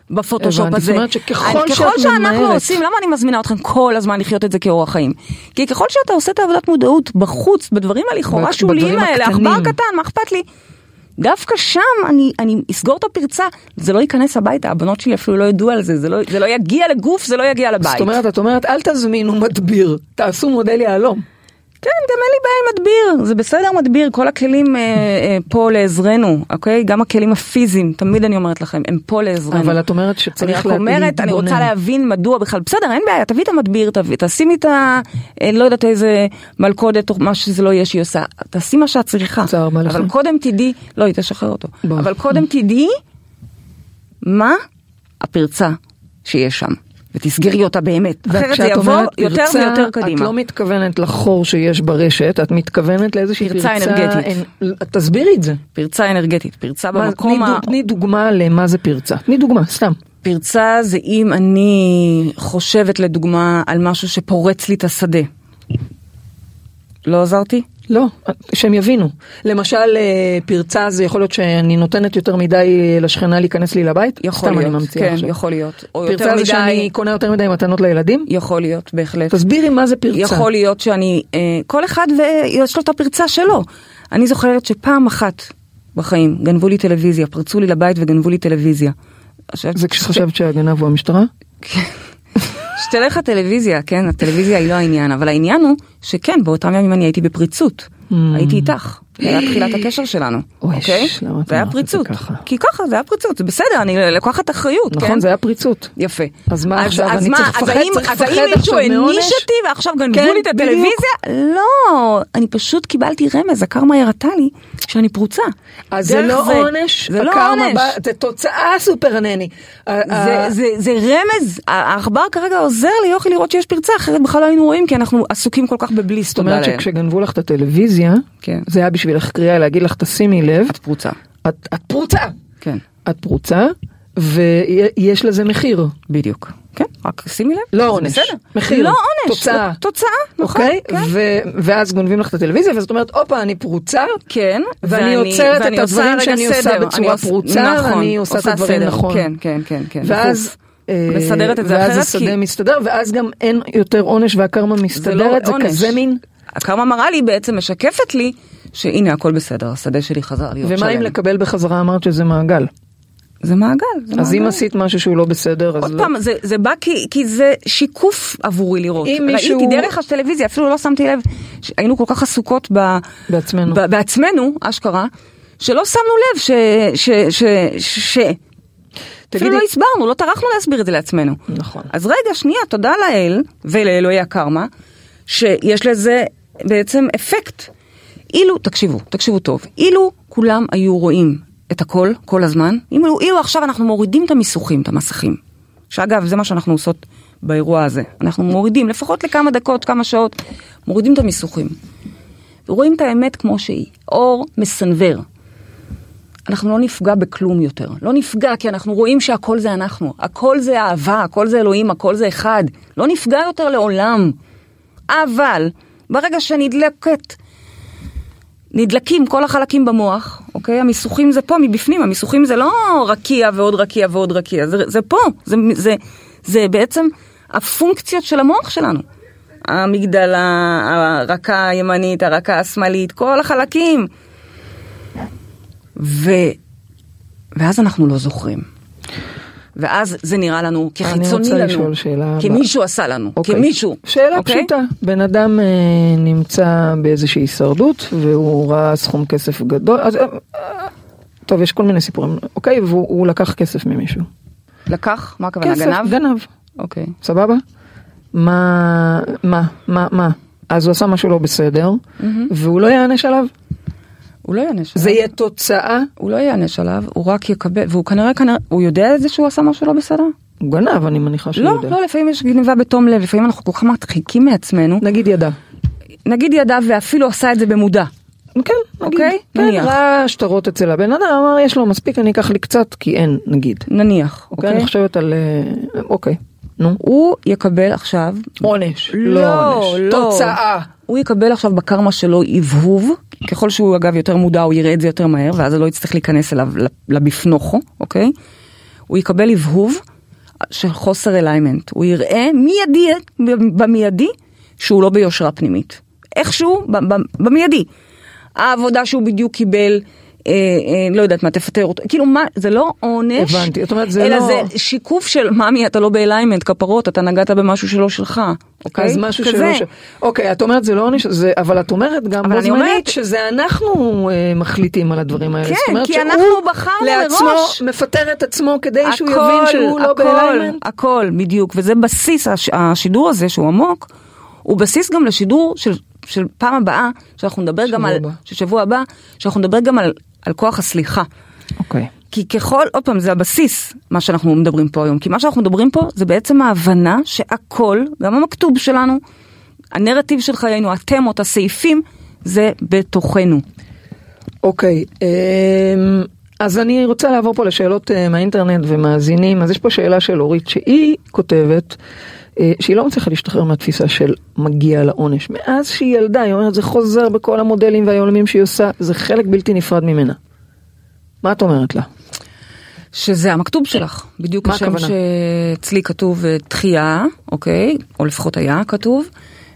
Speaker 3: בפוטושופ הזה.
Speaker 2: זאת אומרת שככל
Speaker 3: אני,
Speaker 2: שאת
Speaker 3: ככל שאנחנו
Speaker 2: ממהרת.
Speaker 3: עושים, למה אני מזמינה אתכם כל הזמן לחיות את זה כאורח חיים? כי ככל שאתה עושה את העבודת מודעות בחוץ, בדברים הלכאורה שוליים האלה, עכבר קטן, מה אכפת לי? דווקא שם אני, אני אסגור את הפרצה, זה לא ייכנס הביתה, הבנות שלי אפילו לא ידעו על זה, זה לא, זה לא יגיע לגוף, זה לא יגיע לבית.
Speaker 2: זאת אומרת, את אומרת, אל תזמינו מדביר, תעשו מודל יהלום.
Speaker 3: כן, גם אין לי בעיה עם מדביר, זה בסדר מדביר, כל הכלים אה, אה, פה לעזרנו, אוקיי? גם הכלים הפיזיים, תמיד אני אומרת לכם, הם פה לעזרנו.
Speaker 2: אבל את אומרת שצריך
Speaker 3: להתבונן. אני אומרת, אני רוצה להבין מדוע בכלל, בסדר, אין בעיה, תביא את המדביר, תביא, תשימי את ה... לא יודעת איזה מלכודת או מה שזה לא יהיה שהיא עושה, תעשי מה שאת צריכה. אבל קודם תדעי, לא, היא תשחרר אותו, בוא. אבל קודם תדעי מה הפרצה שיש שם. ותסגרי אותה באמת. אחרת זה יבוא יותר ויותר קדימה.
Speaker 2: את לא מתכוונת לחור שיש ברשת, את מתכוונת לאיזושהי פרצה
Speaker 3: אנרגטית.
Speaker 2: תסבירי את זה.
Speaker 3: פרצה אנרגטית, פרצה במקום ה...
Speaker 2: תני דוגמה למה זה פרצה. תני דוגמה, סתם.
Speaker 3: פרצה זה אם אני חושבת לדוגמה על משהו שפורץ לי את השדה. לא עזרתי?
Speaker 2: לא, שהם יבינו. למשל, פרצה זה יכול להיות שאני נותנת יותר מדי לשכנה להיכנס לי לבית?
Speaker 3: יכול להיות, כן, עכשיו. יכול להיות.
Speaker 2: פרצה זה שאני קונה יותר מדי מתנות לילדים?
Speaker 3: יכול להיות, בהחלט.
Speaker 2: תסבירי מה זה פרצה.
Speaker 3: יכול להיות שאני, כל אחד ויש לו את הפרצה שלו. אני זוכרת שפעם אחת בחיים גנבו לי טלוויזיה, פרצו לי לבית וגנבו לי טלוויזיה.
Speaker 2: זה כשחשבת שהגנב הוא המשטרה?
Speaker 3: כן. שתלך הטלוויזיה, כן, הטלוויזיה היא לא העניין, אבל העניין הוא שכן, באותם ימים אני הייתי בפריצות, הייתי איתך, זה היה תחילת הקשר שלנו, אוקיי? זה היה פריצות, כי ככה, זה היה פריצות, זה בסדר, אני לקחת אחריות, כן?
Speaker 2: נכון, זה היה פריצות.
Speaker 3: יפה.
Speaker 2: אז מה עכשיו, אני צריך לפחד, צריך לפחד
Speaker 3: אז האם מישהו הניש אותי ועכשיו גנבו לי את הטלוויזיה? לא, אני פשוט קיבלתי רמז, הקרמה ירתה לי שאני פרוצה.
Speaker 2: אז זה לא עונש,
Speaker 3: זה לא עונש.
Speaker 2: זה תוצאה סופר ענני.
Speaker 3: זה רמז, העכבר כרגע עוזר לי יוכי לראות שיש פרצה, אחרת בכלל לא היינו רואים, כי אנחנו עסוקים כל כך בבליס.
Speaker 2: זאת אומרת שכשגנבו לך את הטלוויזיה, זה היה בשבילך קריאה להגיד לך תשימי לב.
Speaker 3: את פרוצה.
Speaker 2: את פרוצה.
Speaker 3: כן.
Speaker 2: את פרוצה, ויש לזה מחיר.
Speaker 3: בדיוק. כן, רק שימי לב.
Speaker 2: לא עונש. מחיר.
Speaker 3: לא עונש.
Speaker 2: תוצאה.
Speaker 3: תוצאה, נכון.
Speaker 2: ואז גונבים לך את הטלוויזיה, וזאת אומרת, אופה, אני פרוצה.
Speaker 3: כן.
Speaker 2: ואני יוצרת את הדברים שאני עושה בצורה פרוצה, ואני עושה את הדברים נכון.
Speaker 3: כן, כן, כן, כן.
Speaker 2: ואז...
Speaker 3: מסדרת את זה אחרת.
Speaker 2: ואז השדה מסתדר, ואז גם אין יותר עונש והקרמה מסתדרת, זה כזה מין...
Speaker 3: הקרמה מראה לי בעצם משקפת לי, שהנה הכל בסדר, השדה שלי חזר להיות שלם.
Speaker 2: ומה אם לקבל בחזרה אמרת שזה מעגל?
Speaker 3: זה מעגל.
Speaker 2: אז אם עשית משהו שהוא לא בסדר, אז לא.
Speaker 3: עוד פעם, זה בא כי זה שיקוף עבורי לראות. ראיתי דרך הטלוויזיה, אפילו לא שמתי לב, היינו כל כך עסוקות בעצמנו, אשכרה, שלא שמנו לב ש... אפילו לא הסברנו, לא טרחנו להסביר את זה לעצמנו.
Speaker 2: נכון.
Speaker 3: אז רגע, שנייה, תודה לאל, ולאלוהי הקרמה, שיש לזה בעצם אפקט. אילו, תקשיבו, תקשיבו טוב, אילו כולם היו רואים את הכל, כל הזמן, אילו, אילו עכשיו אנחנו מורידים את המיסוכים, את המסכים, שאגב, זה מה שאנחנו עושות באירוע הזה. אנחנו מורידים, לפחות לכמה דקות, כמה שעות, מורידים את המיסוכים. ורואים את האמת כמו שהיא. אור מסנבר. אנחנו לא נפגע בכלום יותר. לא נפגע כי אנחנו רואים שהכל זה אנחנו. הכל זה אהבה, הכל זה אלוהים, הכל זה אחד. לא נפגע יותר לעולם. אבל ברגע שנדלקת, נדלקים כל החלקים במוח, אוקיי? המיסוכים זה פה מבפנים, המיסוכים זה לא רקיע ועוד רקיע ועוד רקיע, זה, זה פה. זה, זה, זה בעצם הפונקציות של המוח שלנו. המגדלה, הרקה הימנית, הרקה השמאלית, כל החלקים. ו... ואז אנחנו לא זוכרים. ואז זה נראה לנו כחיצוני לנו, כמישהו עשה לנו, כמישהו.
Speaker 2: שאלה פשוטה, בן אדם נמצא באיזושהי הישרדות, והוא ראה סכום כסף גדול, אז טוב, יש כל מיני סיפורים, אוקיי, והוא לקח כסף ממישהו.
Speaker 3: לקח? מה הכוונה? גנב?
Speaker 2: כסף, גנב.
Speaker 3: אוקיי.
Speaker 2: סבבה? מה, מה, מה, מה? אז הוא עשה משהו לא בסדר, והוא לא יענש עליו?
Speaker 3: הוא לא יענש עליו.
Speaker 2: זה יהיה תוצאה?
Speaker 3: הוא לא יענש עליו, הוא רק יקבל, והוא כנראה, כנראה, הוא יודע את זה שהוא עשה משהו לא בסדר?
Speaker 2: הוא גנב, אני מניחה שהוא יודע.
Speaker 3: לא, לא, לפעמים יש גניבה בתום לב, לפעמים אנחנו כל כך מדחיקים מעצמנו.
Speaker 2: נגיד ידע.
Speaker 3: נגיד ידע ואפילו עשה את זה במודע.
Speaker 2: כן, נגיד.
Speaker 3: אוקיי?
Speaker 2: כן, ראה שטרות אצל הבן אדם, אמר, יש לו מספיק, אני אקח לי קצת, כי אין, נגיד.
Speaker 3: נניח,
Speaker 2: אוקיי? אני חושבת על, אוקיי, נו.
Speaker 3: הוא יקבל עכשיו...
Speaker 2: עונש. לא עונש. תוצאה.
Speaker 3: הוא יקבל עכשיו בקרמה שלו יבהוב, ככל שהוא אגב יותר מודע, הוא יראה את זה יותר מהר, ואז הוא לא יצטרך להיכנס אליו לבפנוכו, אוקיי? הוא יקבל הבהוב של חוסר אליימנט. הוא יראה מיידי, במיידי, שהוא לא ביושרה פנימית. איכשהו, במיידי. העבודה שהוא בדיוק קיבל, אה, אה, לא יודעת מה, תפטר אותו. כאילו, מה, זה לא עונש,
Speaker 2: הבנתי, זאת אומרת, זה
Speaker 3: אלא
Speaker 2: לא...
Speaker 3: זה שיקוף של, ממי, אתה לא באליימנט, כפרות, אתה נגעת במשהו שלא שלך. אוקיי?
Speaker 2: אז משהו
Speaker 3: כזה.
Speaker 2: שלא... ש... אוקיי, את אומרת, זה לא עונש, זה... אבל את אומרת גם בו זמנית אומרת... שזה אנחנו אה, מחליטים על הדברים האלה.
Speaker 3: כן,
Speaker 2: אומרת
Speaker 3: כי אנחנו בחרנו
Speaker 2: לעצמו,
Speaker 3: מראש.
Speaker 2: מפטר את עצמו כדי
Speaker 3: הכל,
Speaker 2: שהוא יבין שהוא
Speaker 3: הכל,
Speaker 2: לא באליימנט.
Speaker 3: הכל, בדיוק. וזה בסיס, הש... השידור הזה שהוא עמוק, הוא בסיס גם לשידור של, של פעם הבאה, שאנחנו נדבר גם על... שבוע הבא, שאנחנו נדבר גם על, על כוח הסליחה.
Speaker 2: אוקיי.
Speaker 3: כי ככל, עוד פעם, זה הבסיס, מה שאנחנו מדברים פה היום. כי מה שאנחנו מדברים פה, זה בעצם ההבנה שהכל, גם המכתוב שלנו, הנרטיב של חיינו, התמות, הסעיפים, זה בתוכנו.
Speaker 2: אוקיי. אז אני רוצה לעבור פה לשאלות מהאינטרנט ומאזינים. אז יש פה שאלה של אורית, שהיא כותבת, שהיא לא מצליחה להשתחרר מהתפיסה של מגיע לעונש. מאז שהיא ילדה, היא אומרת, זה חוזר בכל המודלים והיולמים שהיא עושה, זה חלק בלתי נפרד ממנה. מה את אומרת לה?
Speaker 3: שזה המכתוב שלך, בדיוק השם שאצלי כתוב תחייה, אוקיי, או לפחות היה כתוב,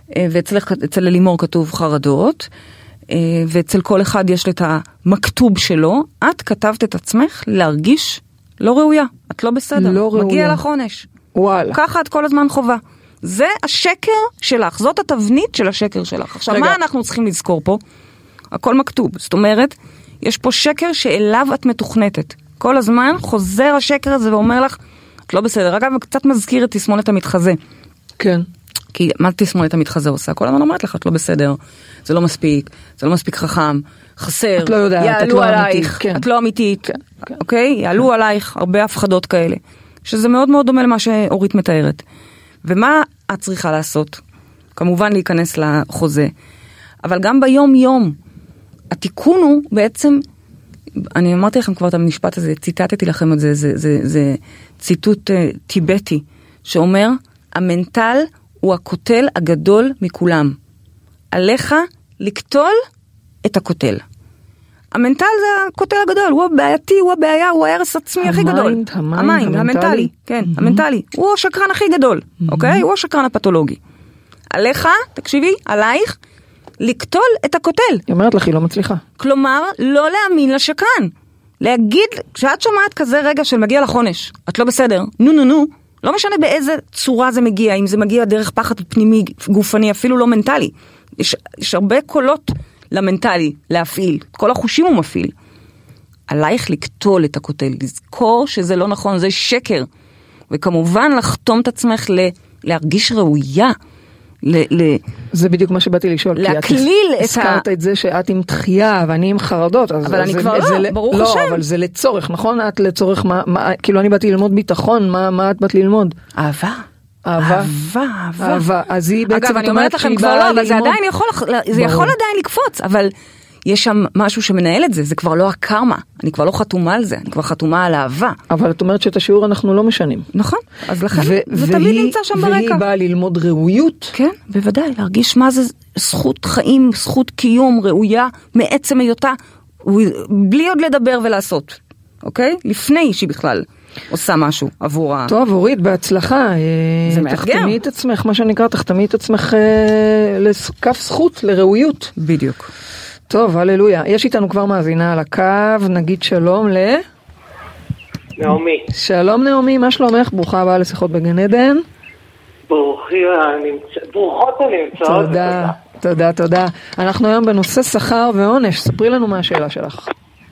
Speaker 3: ואצל לימור כתוב חרדות, ואצל כל אחד יש את המכתוב שלו, את כתבת את עצמך להרגיש לא ראויה, את לא בסדר,
Speaker 2: לא ראויה.
Speaker 3: מגיע לך עונש.
Speaker 2: וואלה.
Speaker 3: ככה את כל הזמן חובה. זה השקר שלך, זאת התבנית של השקר שלך. עכשיו, רגע. מה אנחנו צריכים לזכור פה? הכל מכתוב, זאת אומרת, יש פה שקר שאליו את מתוכנתת. כל הזמן חוזר השקר הזה ואומר לך, את לא בסדר. אגב, קצת מזכיר את תסמונת המתחזה.
Speaker 2: כן.
Speaker 3: כי מה תסמונת המתחזה עושה? כל הזמן אומרת לך, את לא בסדר, זה לא מספיק, זה לא מספיק חכם, חסר,
Speaker 2: את לא יודעת, את לא אמיתית. כן.
Speaker 3: את לא אמיתית,
Speaker 2: כן, כן.
Speaker 3: אוקיי? יעלו כן. עלייך הרבה הפחדות כאלה. שזה מאוד מאוד דומה למה שאורית מתארת. ומה את צריכה לעשות? כמובן להיכנס לחוזה. אבל גם ביום יום, התיקון הוא בעצם, אני אמרתי לכם כבר את המשפט הזה, ציטטתי לכם את זה, זה, זה, זה ציטוט uh, טיבטי, שאומר, המנטל הוא הקוטל הגדול מכולם. עליך לקטול את הקוטל. המנטל זה הקוטל הגדול, הוא הבעייתי, הוא הבעיה, הוא ההרס עצמי הכי גדול.
Speaker 2: המיינד,
Speaker 3: המיינד, המנטלי, כן, המנטלי. הוא השקרן הכי גדול, אוקיי? הוא השקרן הפתולוגי. עליך, תקשיבי, עלייך, לקטול את הקוטל.
Speaker 2: היא אומרת לך, היא לא מצליחה.
Speaker 3: כלומר, לא להאמין לשקרן. להגיד, כשאת שומעת כזה רגע של מגיע לחונש, את לא בסדר, נו נו נו, לא משנה באיזה צורה זה מגיע, אם זה מגיע דרך פחד פנימי, גופני, אפילו לא מנטלי. יש, יש הרבה קולות למנטלי, להפעיל. כל החושים הוא מפעיל. עלייך לקטול את הקוטל, לזכור שזה לא נכון, זה שקר. וכמובן לחתום את עצמך ל, להרגיש ראויה. ל, ל,
Speaker 2: זה בדיוק מה שבאתי לשאול.
Speaker 3: להקליל את ה...
Speaker 2: הזכרת את זה שאת עם תחייה ואני עם חרדות. אז,
Speaker 3: אבל
Speaker 2: אז
Speaker 3: אני
Speaker 2: זה,
Speaker 3: כבר
Speaker 2: זה,
Speaker 3: לא, ברוך
Speaker 2: לא,
Speaker 3: השם.
Speaker 2: לא, אבל זה לצורך, נכון? את לצורך, מה, מה, כאילו אני באתי ללמוד ביטחון, מה, מה את באת ללמוד?
Speaker 3: אהבה.
Speaker 2: אהבה.
Speaker 3: אהבה, אהבה.
Speaker 2: אהבה. אז היא בעצם...
Speaker 3: אגב, אני אומרת לכם כבר לא, אבל זה עדיין יכול, זה יכול עדיין לקפוץ, אבל יש שם משהו שמנהל את זה, זה כבר לא הקרמה, אני כבר לא חתומה על זה, אני כבר חתומה על אהבה.
Speaker 2: אבל את אומרת שאת השיעור אנחנו לא משנים.
Speaker 3: נכון, אז לכן זה תמיד נמצא שם ברקע.
Speaker 2: והיא באה ללמוד ראויות.
Speaker 3: כן, בוודאי, להרגיש מה זה זכות חיים, זכות קיום, ראויה, מעצם היותה, בלי עוד לדבר ולעשות, אוקיי? לפני שהיא בכלל עושה משהו עבור ה...
Speaker 2: טוב, אורית, בהצלחה.
Speaker 3: זה מאתגר.
Speaker 2: תחתמי את עצמך, מה שנקרא, תחתמי את עצמך לכף זכות, לראויות.
Speaker 3: בדיוק.
Speaker 2: טוב, הללויה. יש איתנו כבר מאזינה על הקו, נגיד שלום ל...
Speaker 4: נעמי.
Speaker 2: שלום נעמי, מה שלומך? ברוכה הבאה לשיחות בגן עדן.
Speaker 4: ברוכות הנמצאות.
Speaker 2: תודה, תודה, תודה. אנחנו היום בנושא שכר ועונש, ספרי לנו מה השאלה שלך.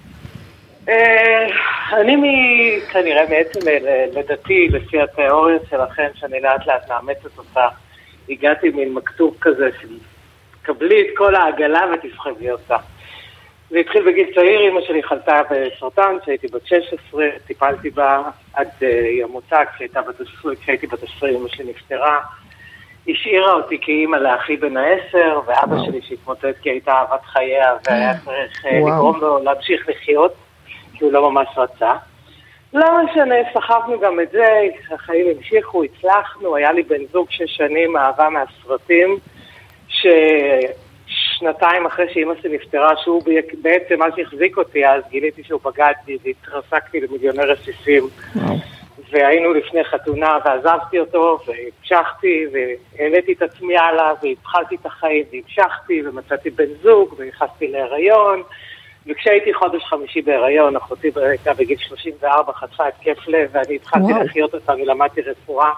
Speaker 4: אני כנראה מעצם לדעתי, לפי התיאוריה שלכם, שאני לאט לאט מאמצת אותה, הגעתי מן מכתוב כזה של קבלי את כל העגלה ותסחבי אותה. זה התחיל בגיל צעיר, אמא שלי חלתה בסרטן, כשהייתי בת שש עשרה, טיפלתי בה עד ימותה, כשהייתי בת עשרים, אמא שלי נפטרה, השאירה אותי כאימא לאחי בן העשר, ואבא וואו. שלי שהתמוטט כי הייתה אהבת חייה, והיה צריך וואו. לגרום לו להמשיך לחיות, כי הוא לא ממש רצה. לא משנה, סחבנו גם את זה, החיים המשיכו, הצלחנו, היה לי בן זוג שש שנים, אהבה מהסרטים, ש... שנתיים אחרי שאמא שלי נפטרה, שהוא בעצם מה שהחזיק אותי, אז גיליתי שהוא בגד בי והתרסקתי למיליוני רסיסים. והיינו לפני חתונה ועזבתי אותו והמשכתי והעליתי את עצמי הלאה והתחלתי את החיים והמשכתי ומצאתי בן זוג ונכנסתי להיריון. וכשהייתי חודש חמישי בהיריון, אחותי הייתה בגיל שלושים וארבע, חטפה התקף לב ואני התחלתי לחיות אותה ולמדתי רפואה.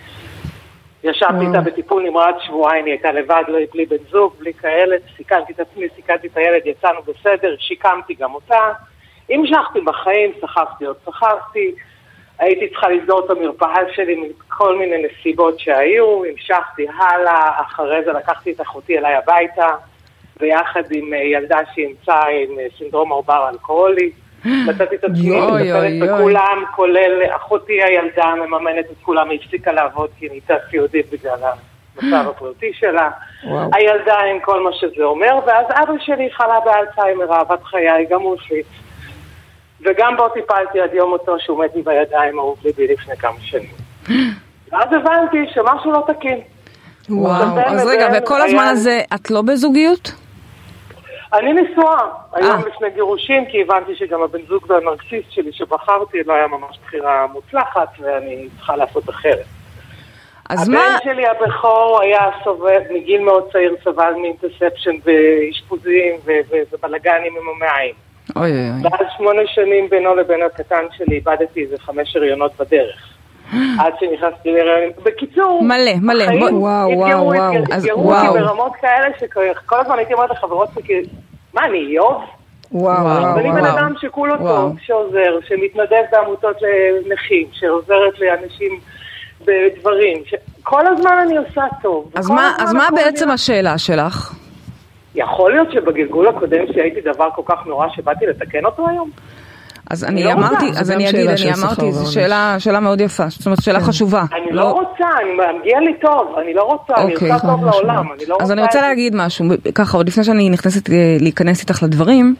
Speaker 4: ישבתי איתה בטיפול נמרץ שבועיים, היא הייתה לבד, לא בלי בן זוג, בלי כאלה, סיכנתי את עצמי, סיכנתי את הילד, יצאנו בסדר, שיקמתי גם אותה, המשכתי בחיים, שכבתי עוד שכבתי, הייתי צריכה לסגור את המרפאה שלי מכל מיני נסיבות שהיו, המשכתי הלאה, אחרי זה לקחתי את אחותי אליי הביתה, ויחד עם ילדה שהמצא עם סינדרום העובר אלכוהולי, מצאתי את עצמי מטפלת בכולם, כולל אחותי הילדה מממנת את כולם, היא הפסיקה לעבוד כי היא נהייתה סיעודית בגלל המצב הבריאותי שלה. הילדה עם כל מה שזה אומר, ואז אבא שלי חלה באלצהיימר, אהבת חיי, גם הוא החליט. וגם בו טיפלתי עד יום אותו שהוא מת לי בידיים, אהוב ליבי לפני כמה שנים. ואז הבנתי שמשהו לא תקין.
Speaker 3: וואו, אז רגע, וכל הזמן הזה את לא בזוגיות?
Speaker 4: אני נשואה, היום לפני גירושים, כי הבנתי שגם הבן זוג והנרקסיסט שלי שבחרתי לא היה ממש בחירה מוצלחת, ואני צריכה לעשות אחרת. הבן מה... שלי הבכור היה סובל, מגיל מאוד צעיר סבל מאינטרספשן ואשפוזים ובלגנים עם המעיים.
Speaker 3: אוי אוי אוי.
Speaker 4: ואז שמונה שנים בינו לבין הקטן שלי, איבדתי איזה חמש הריונות בדרך. עד שנכנסתי להיריון. בקיצור,
Speaker 3: מלא, מלא.
Speaker 4: וואו, וואו, וואו. התגרו אותי ברמות כאלה שכל הזמן הייתי אומרת לחברות שלי, מה, אני איוב?
Speaker 3: וואו, וואו.
Speaker 4: ואני בן אדם שכולו טוב, שעוזר, שמתנדב בעמותות לנכים, שעוזרת לאנשים בדברים. כל הזמן אני עושה טוב.
Speaker 3: אז מה בעצם השאלה שלך?
Speaker 4: יכול להיות שבגלגול הקודם שהייתי דבר כל כך נורא שבאתי לתקן אותו היום?
Speaker 3: אז אני אמרתי, אז אני אגיד, אני אמרתי, זו שאלה, שאלה מאוד יפה, זאת אומרת, שאלה חשובה.
Speaker 4: אני לא רוצה, אני מגיע לי טוב, אני לא רוצה, אני עושה טוב לעולם, אני לא רוצה.
Speaker 3: אז אני רוצה להגיד משהו, ככה, עוד לפני שאני נכנסת להיכנס איתך לדברים,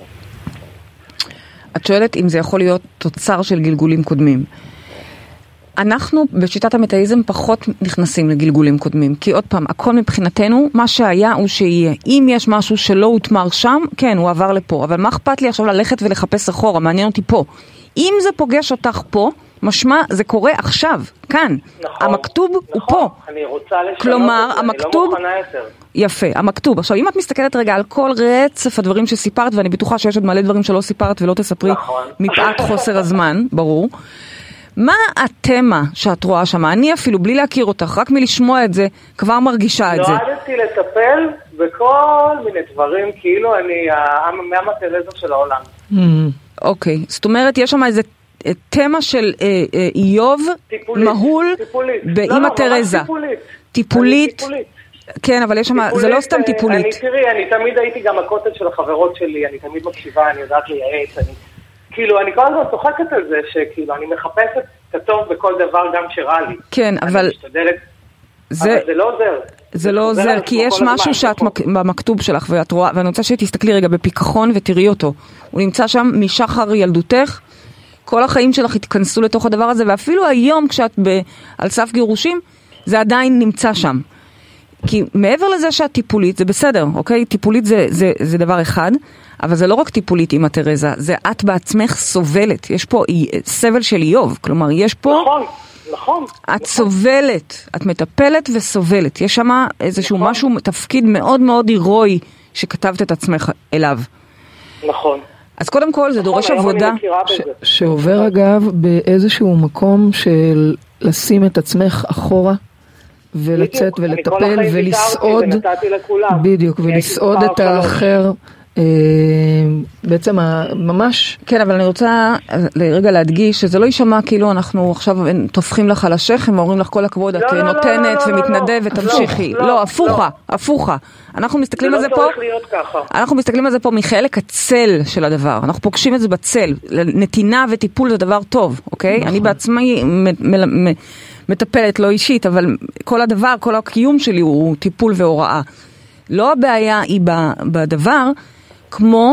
Speaker 3: את שואלת אם זה יכול להיות תוצר של גלגולים קודמים. אנחנו בשיטת המטאיזם פחות נכנסים לגלגולים קודמים, כי עוד פעם, הכל מבחינתנו, מה שהיה הוא שיהיה. אם יש משהו שלא הותמר שם, כן, הוא עבר לפה, אבל מה אכפת לי עכשיו ללכת ולחפש אחורה, מעניין אותי פה. אם זה פוגש אותך פה, משמע, זה קורה עכשיו, כאן.
Speaker 4: נכון,
Speaker 3: המכתוב
Speaker 4: נכון,
Speaker 3: הוא פה.
Speaker 4: אני רוצה לשנות
Speaker 3: כלומר,
Speaker 4: את זה,
Speaker 3: המכתוב...
Speaker 4: אני לא מוכנה יותר.
Speaker 3: יפה, המכתוב. עכשיו, אם את מסתכלת רגע על כל רצף הדברים שסיפרת, ואני בטוחה שיש עוד מלא דברים שלא סיפרת ולא תספרי, נכון. מפאת חוסר הזמן, ברור. מה התמה שאת רואה שם? אני אפילו, בלי להכיר אותך, רק מלשמוע את זה, כבר מרגישה את זה.
Speaker 4: נועדתי לטפל בכל מיני דברים, כאילו אני מהמטרזה של העולם.
Speaker 3: אוקיי, זאת אומרת, יש שם איזה תמה של איוב, מהול, באמא תרזה.
Speaker 4: טיפולית.
Speaker 3: כן, אבל יש שם, זה לא סתם טיפולית.
Speaker 4: אני תראי, אני תמיד הייתי גם הקוטל של החברות שלי, אני תמיד מקשיבה, אני יודעת לייעץ, אני... כאילו, אני כל הזמן צוחקת על זה, שכאילו, אני מחפשת את הטוב בכל דבר גם שרע לי.
Speaker 3: כן, אבל...
Speaker 4: אני משתדלת, אבל זה לא עוזר.
Speaker 3: זה לא עוזר, כי יש משהו שאת במכתוב שלך, ואת רואה, ואני רוצה שתסתכלי רגע בפיקחון ותראי אותו. הוא נמצא שם משחר ילדותך, כל החיים שלך התכנסו לתוך הדבר הזה, ואפילו היום כשאת על סף גירושים, זה עדיין נמצא שם. כי מעבר לזה שאת טיפולית, זה בסדר, אוקיי? טיפולית זה, זה, זה דבר אחד, אבל זה לא רק טיפולית אמא תרזה, זה את בעצמך סובלת. יש פה סבל של איוב, כלומר, יש פה...
Speaker 4: נכון, נכון.
Speaker 3: את
Speaker 4: נכון.
Speaker 3: סובלת, את מטפלת וסובלת. יש שם איזשהו נכון. משהו, תפקיד מאוד מאוד הירואי שכתבת את עצמך אליו.
Speaker 4: נכון.
Speaker 3: אז קודם כל, זה
Speaker 4: נכון,
Speaker 3: דורש עבודה.
Speaker 2: ש... שעובר אגב באיזשהו מקום של לשים את עצמך אחורה, ולצאת ולטפל ולסעוד, בדיוק, ולסעוד את האחר, בעצם ממש...
Speaker 3: כן, אבל אני רוצה לרגע להדגיש שזה לא יישמע כאילו אנחנו עכשיו תופכים לך על השכם ואומרים לך כל הכבוד, את נותנת ומתנדבת, תמשיכי. לא, הפוכה, הפוכה. אנחנו מסתכלים על זה פה, אנחנו מסתכלים על זה פה מחלק הצל של הדבר. אנחנו פוגשים את זה בצל. נתינה וטיפול זה דבר טוב, אוקיי? אני בעצמי מטפלת, לא אישית, אבל כל הדבר, כל הקיום שלי הוא טיפול והוראה. לא הבעיה היא בדבר, כמו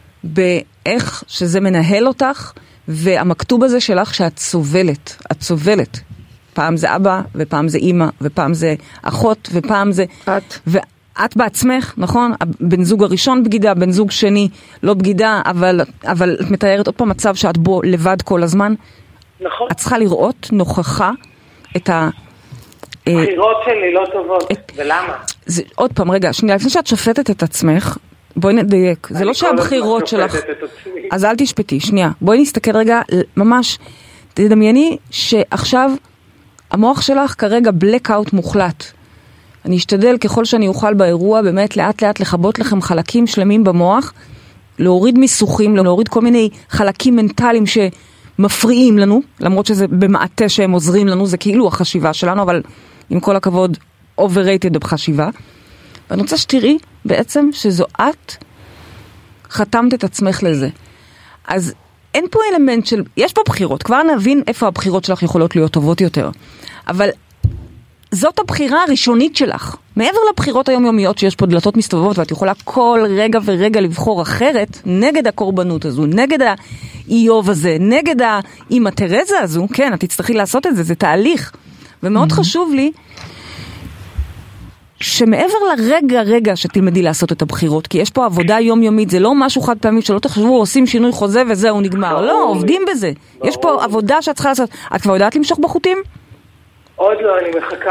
Speaker 3: באיך שזה מנהל אותך, והמכתוב הזה שלך שאת סובלת, את סובלת. פעם זה אבא, ופעם זה אמא, ופעם זה אחות, ופעם זה...
Speaker 2: את.
Speaker 3: ואת את בעצמך, נכון? בן זוג הראשון בגידה, בן זוג שני לא בגידה, אבל, אבל את מתארת עוד פעם מצב שאת בו לבד כל הזמן.
Speaker 4: נכון.
Speaker 3: את צריכה לראות, נוכחה, את ה...
Speaker 4: הבחירות שלי לא טובות, את... ולמה?
Speaker 3: זה, עוד פעם, רגע, שנייה, לפני שאת שופטת את עצמך, בואי נדייק, זה לא שהבחירות שלך... אז אל תשפטי, שנייה, בואי נסתכל רגע, ממש, תדמייני שעכשיו המוח שלך כרגע בלקאוט מוחלט. אני אשתדל ככל שאני אוכל באירוע, באמת לאט לאט לחבות לכם חלקים שלמים במוח, להוריד מיסוכים, להוריד כל מיני חלקים מנטליים שמפריעים לנו, למרות שזה במעטה שהם עוזרים לנו, זה כאילו החשיבה שלנו, אבל עם כל הכבוד, overrated בחשיבה. ואני רוצה שתראי בעצם שזו את חתמת את עצמך לזה. אז אין פה אלמנט של, יש פה בחירות, כבר נבין איפה הבחירות שלך יכולות להיות טובות יותר. אבל זאת הבחירה הראשונית שלך. מעבר לבחירות היומיומיות שיש פה דלתות מסתובבות, ואת יכולה כל רגע ורגע לבחור אחרת, נגד הקורבנות הזו, נגד האיוב הזה, נגד האמא תרזה הזו, כן, את תצטרכי לעשות את זה, זה תהליך. ומאוד חשוב לי, שמעבר לרגע רגע שתלמדי לעשות את הבחירות, כי יש פה עבודה יומיומית, זה לא משהו חד פעמי שלא תחשבו, עושים שינוי חוזה וזהו נגמר. לא, עובדים בזה. יש פה עבודה שאת צריכה לעשות. את כבר יודעת למשוך בחוטים?
Speaker 4: עוד לא, אני מחכה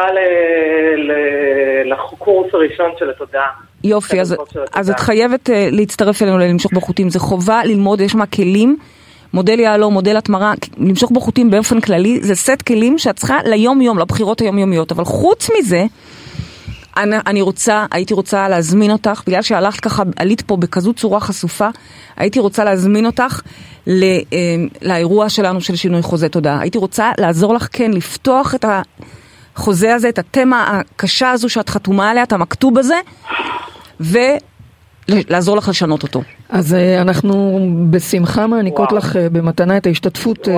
Speaker 4: לקורס הראשון של התודעה.
Speaker 3: יופי, אז את חייבת להצטרף אלינו למשוך בחוטים. זה חובה ללמוד, יש מה כלים, מודל יעלו, מודל התמרה, למשוך בחוטים באופן כללי, זה סט כלים שאת צריכה ליום יום, לבחירות היומיומיות. אבל חוץ מזה, אני, אני רוצה, הייתי רוצה להזמין אותך, בגלל שהלכת ככה, עלית פה בכזו צורה חשופה, הייתי רוצה להזמין אותך לא, לאירוע שלנו של שינוי חוזה תודעה. הייתי רוצה לעזור לך כן, לפתוח את החוזה הזה, את התמה הקשה הזו שאת חתומה עליה, את המכתוב הזה, ולעזור לך לשנות אותו.
Speaker 2: אז אנחנו בשמחה מעניקות לך במתנה את ההשתתפות,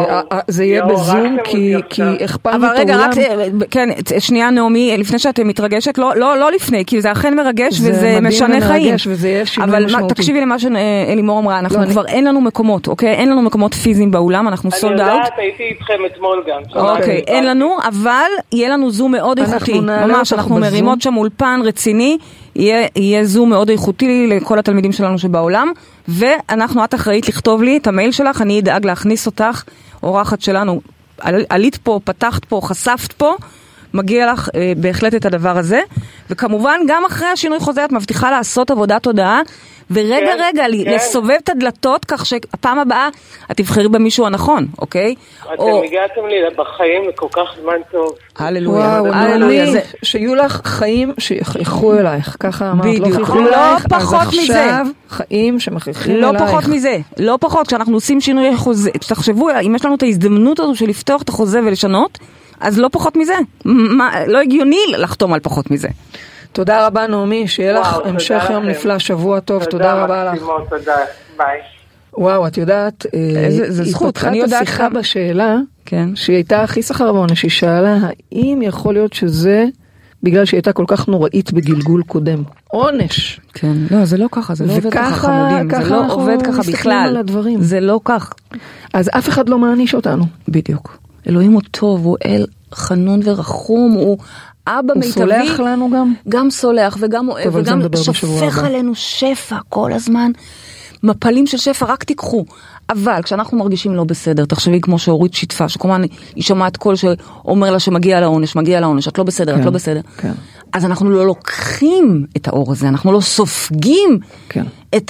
Speaker 2: זה יהיה בזום, כי הכפלנו את
Speaker 3: אבל רגע, רק, כן, שנייה נעמי, לפני שאתם מתרגשת, לא לפני, כי זה אכן מרגש וזה משנה חיים. אבל תקשיבי למה שאלימור אמרה, אנחנו כבר אין לנו מקומות, אוקיי? אין לנו מקומות פיזיים באולם, אנחנו סולד אאוט.
Speaker 4: אני יודעת, הייתי איתכם אתמול גם.
Speaker 3: אוקיי, אין לנו, אבל יהיה לנו זום מאוד איכותי. ממש, אנחנו מרימות שם אולפן רציני, יהיה זום מאוד איכותי לכל התלמידים שלנו שבעולם, ואנחנו, את אחראית לכתוב לי את המייל שלך, אני אדאג להכניס אותך, אורחת שלנו, עלית פה, פתחת פה, חשפת פה, מגיע לך אה, בהחלט את הדבר הזה, וכמובן גם אחרי השינוי חוזה את מבטיחה לעשות עבודת תודעה, ורגע כן, רגע כן. לסובב את הדלתות כך שהפעם הבאה את תבחרי במישהו הנכון, אוקיי?
Speaker 4: אתם או... הגעתם לי בחיים לכל כך זמן טוב.
Speaker 2: הללויה, הללויה. זה... שיהיו לך חיים שיחייכו אלייך, ככה אמרת,
Speaker 3: בדיוק. לא חייכו אלייך,
Speaker 2: לא
Speaker 3: פחות
Speaker 2: אז
Speaker 3: מזה.
Speaker 2: עכשיו חיים שמחייכים
Speaker 3: לא
Speaker 2: אלייך.
Speaker 3: לא פחות מזה, לא פחות, כשאנחנו עושים שינוי חוזה, תחשבו, אם יש לנו את ההזדמנות הזו של לפתוח את החוזה ולשנות, אז לא פחות מזה. מה, לא הגיוני לחתום על פחות מזה.
Speaker 2: תודה רבה נעמי, שיהיה לך המשך יום נפלא, שבוע טוב, תודה רבה לך.
Speaker 4: תודה, ביי.
Speaker 2: וואו, את יודעת,
Speaker 3: זה זכות,
Speaker 2: אני יודעת שיחה בשאלה, שהיא הייתה הכי סחר בעונש, היא שאלה, האם יכול להיות שזה בגלל שהיא הייתה כל כך נוראית בגלגול קודם? עונש.
Speaker 3: כן, לא, זה לא ככה, זה לא עובד ככה חמודים, זה לא עובד ככה בכלל, זה לא כך.
Speaker 2: אז אף אחד לא מעניש אותנו.
Speaker 3: בדיוק. אלוהים הוא טוב, הוא אל חנון ורחום, הוא אבא מיטבי. הוא
Speaker 2: סולח לנו גם?
Speaker 3: גם סולח וגם אוהב, וגם שופך עלינו שפע כל הזמן. מפלים של שפע, רק תיקחו. אבל כשאנחנו מרגישים לא בסדר, תחשבי כמו שאורית שיתפה, שכמובן היא שומעת קול שאומר לה שמגיע לעונש, מגיע לעונש, את לא בסדר, את לא בסדר. אז אנחנו לא לוקחים את האור הזה, אנחנו לא סופגים את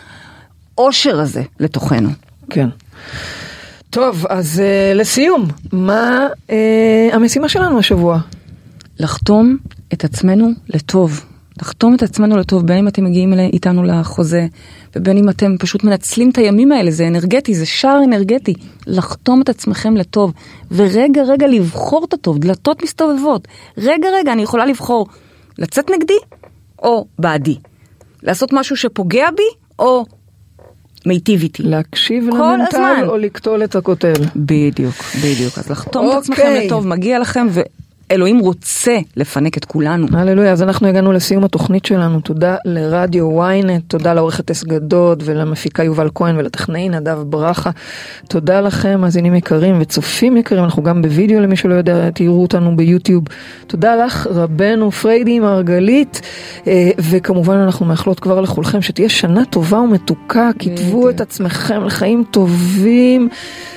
Speaker 3: העושר הזה לתוכנו.
Speaker 2: כן. טוב, אז uh, לסיום, מה uh, המשימה שלנו השבוע?
Speaker 3: לחתום את עצמנו לטוב. לחתום את עצמנו לטוב, בין אם אתם מגיעים איתנו לחוזה, ובין אם אתם פשוט מנצלים את הימים האלה, זה אנרגטי, זה שער אנרגטי. לחתום את עצמכם לטוב, ורגע רגע לבחור את הטוב, דלתות מסתובבות. רגע רגע אני יכולה לבחור לצאת נגדי, או בעדי. לעשות משהו שפוגע בי, או מיטיב איתי.
Speaker 2: להקשיב למנטל או לקטול את הכותל.
Speaker 3: בדיוק, בדיוק. אז לחתום את עצמכם לטוב, מגיע לכם, אלוהים רוצה לפנק את כולנו.
Speaker 2: הללויה, אז אנחנו הגענו לסיום התוכנית שלנו, תודה לרדיו וויינט, תודה לעורכת אס גדות ולמפיקה יובל כהן ולטכנאי נדב ברכה, תודה לכם מאזינים יקרים וצופים יקרים, אנחנו גם בווידאו למי שלא יודע, תראו אותנו ביוטיוב, תודה לך רבנו פריידי מרגלית, וכמובן אנחנו מאחלות כבר לכולכם שתהיה שנה טובה ומתוקה, כתבו את עצמכם לחיים טובים,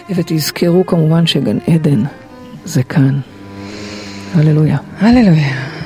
Speaker 2: ותזכרו כמובן שגן עדן זה כאן. הללויה.
Speaker 3: הללויה.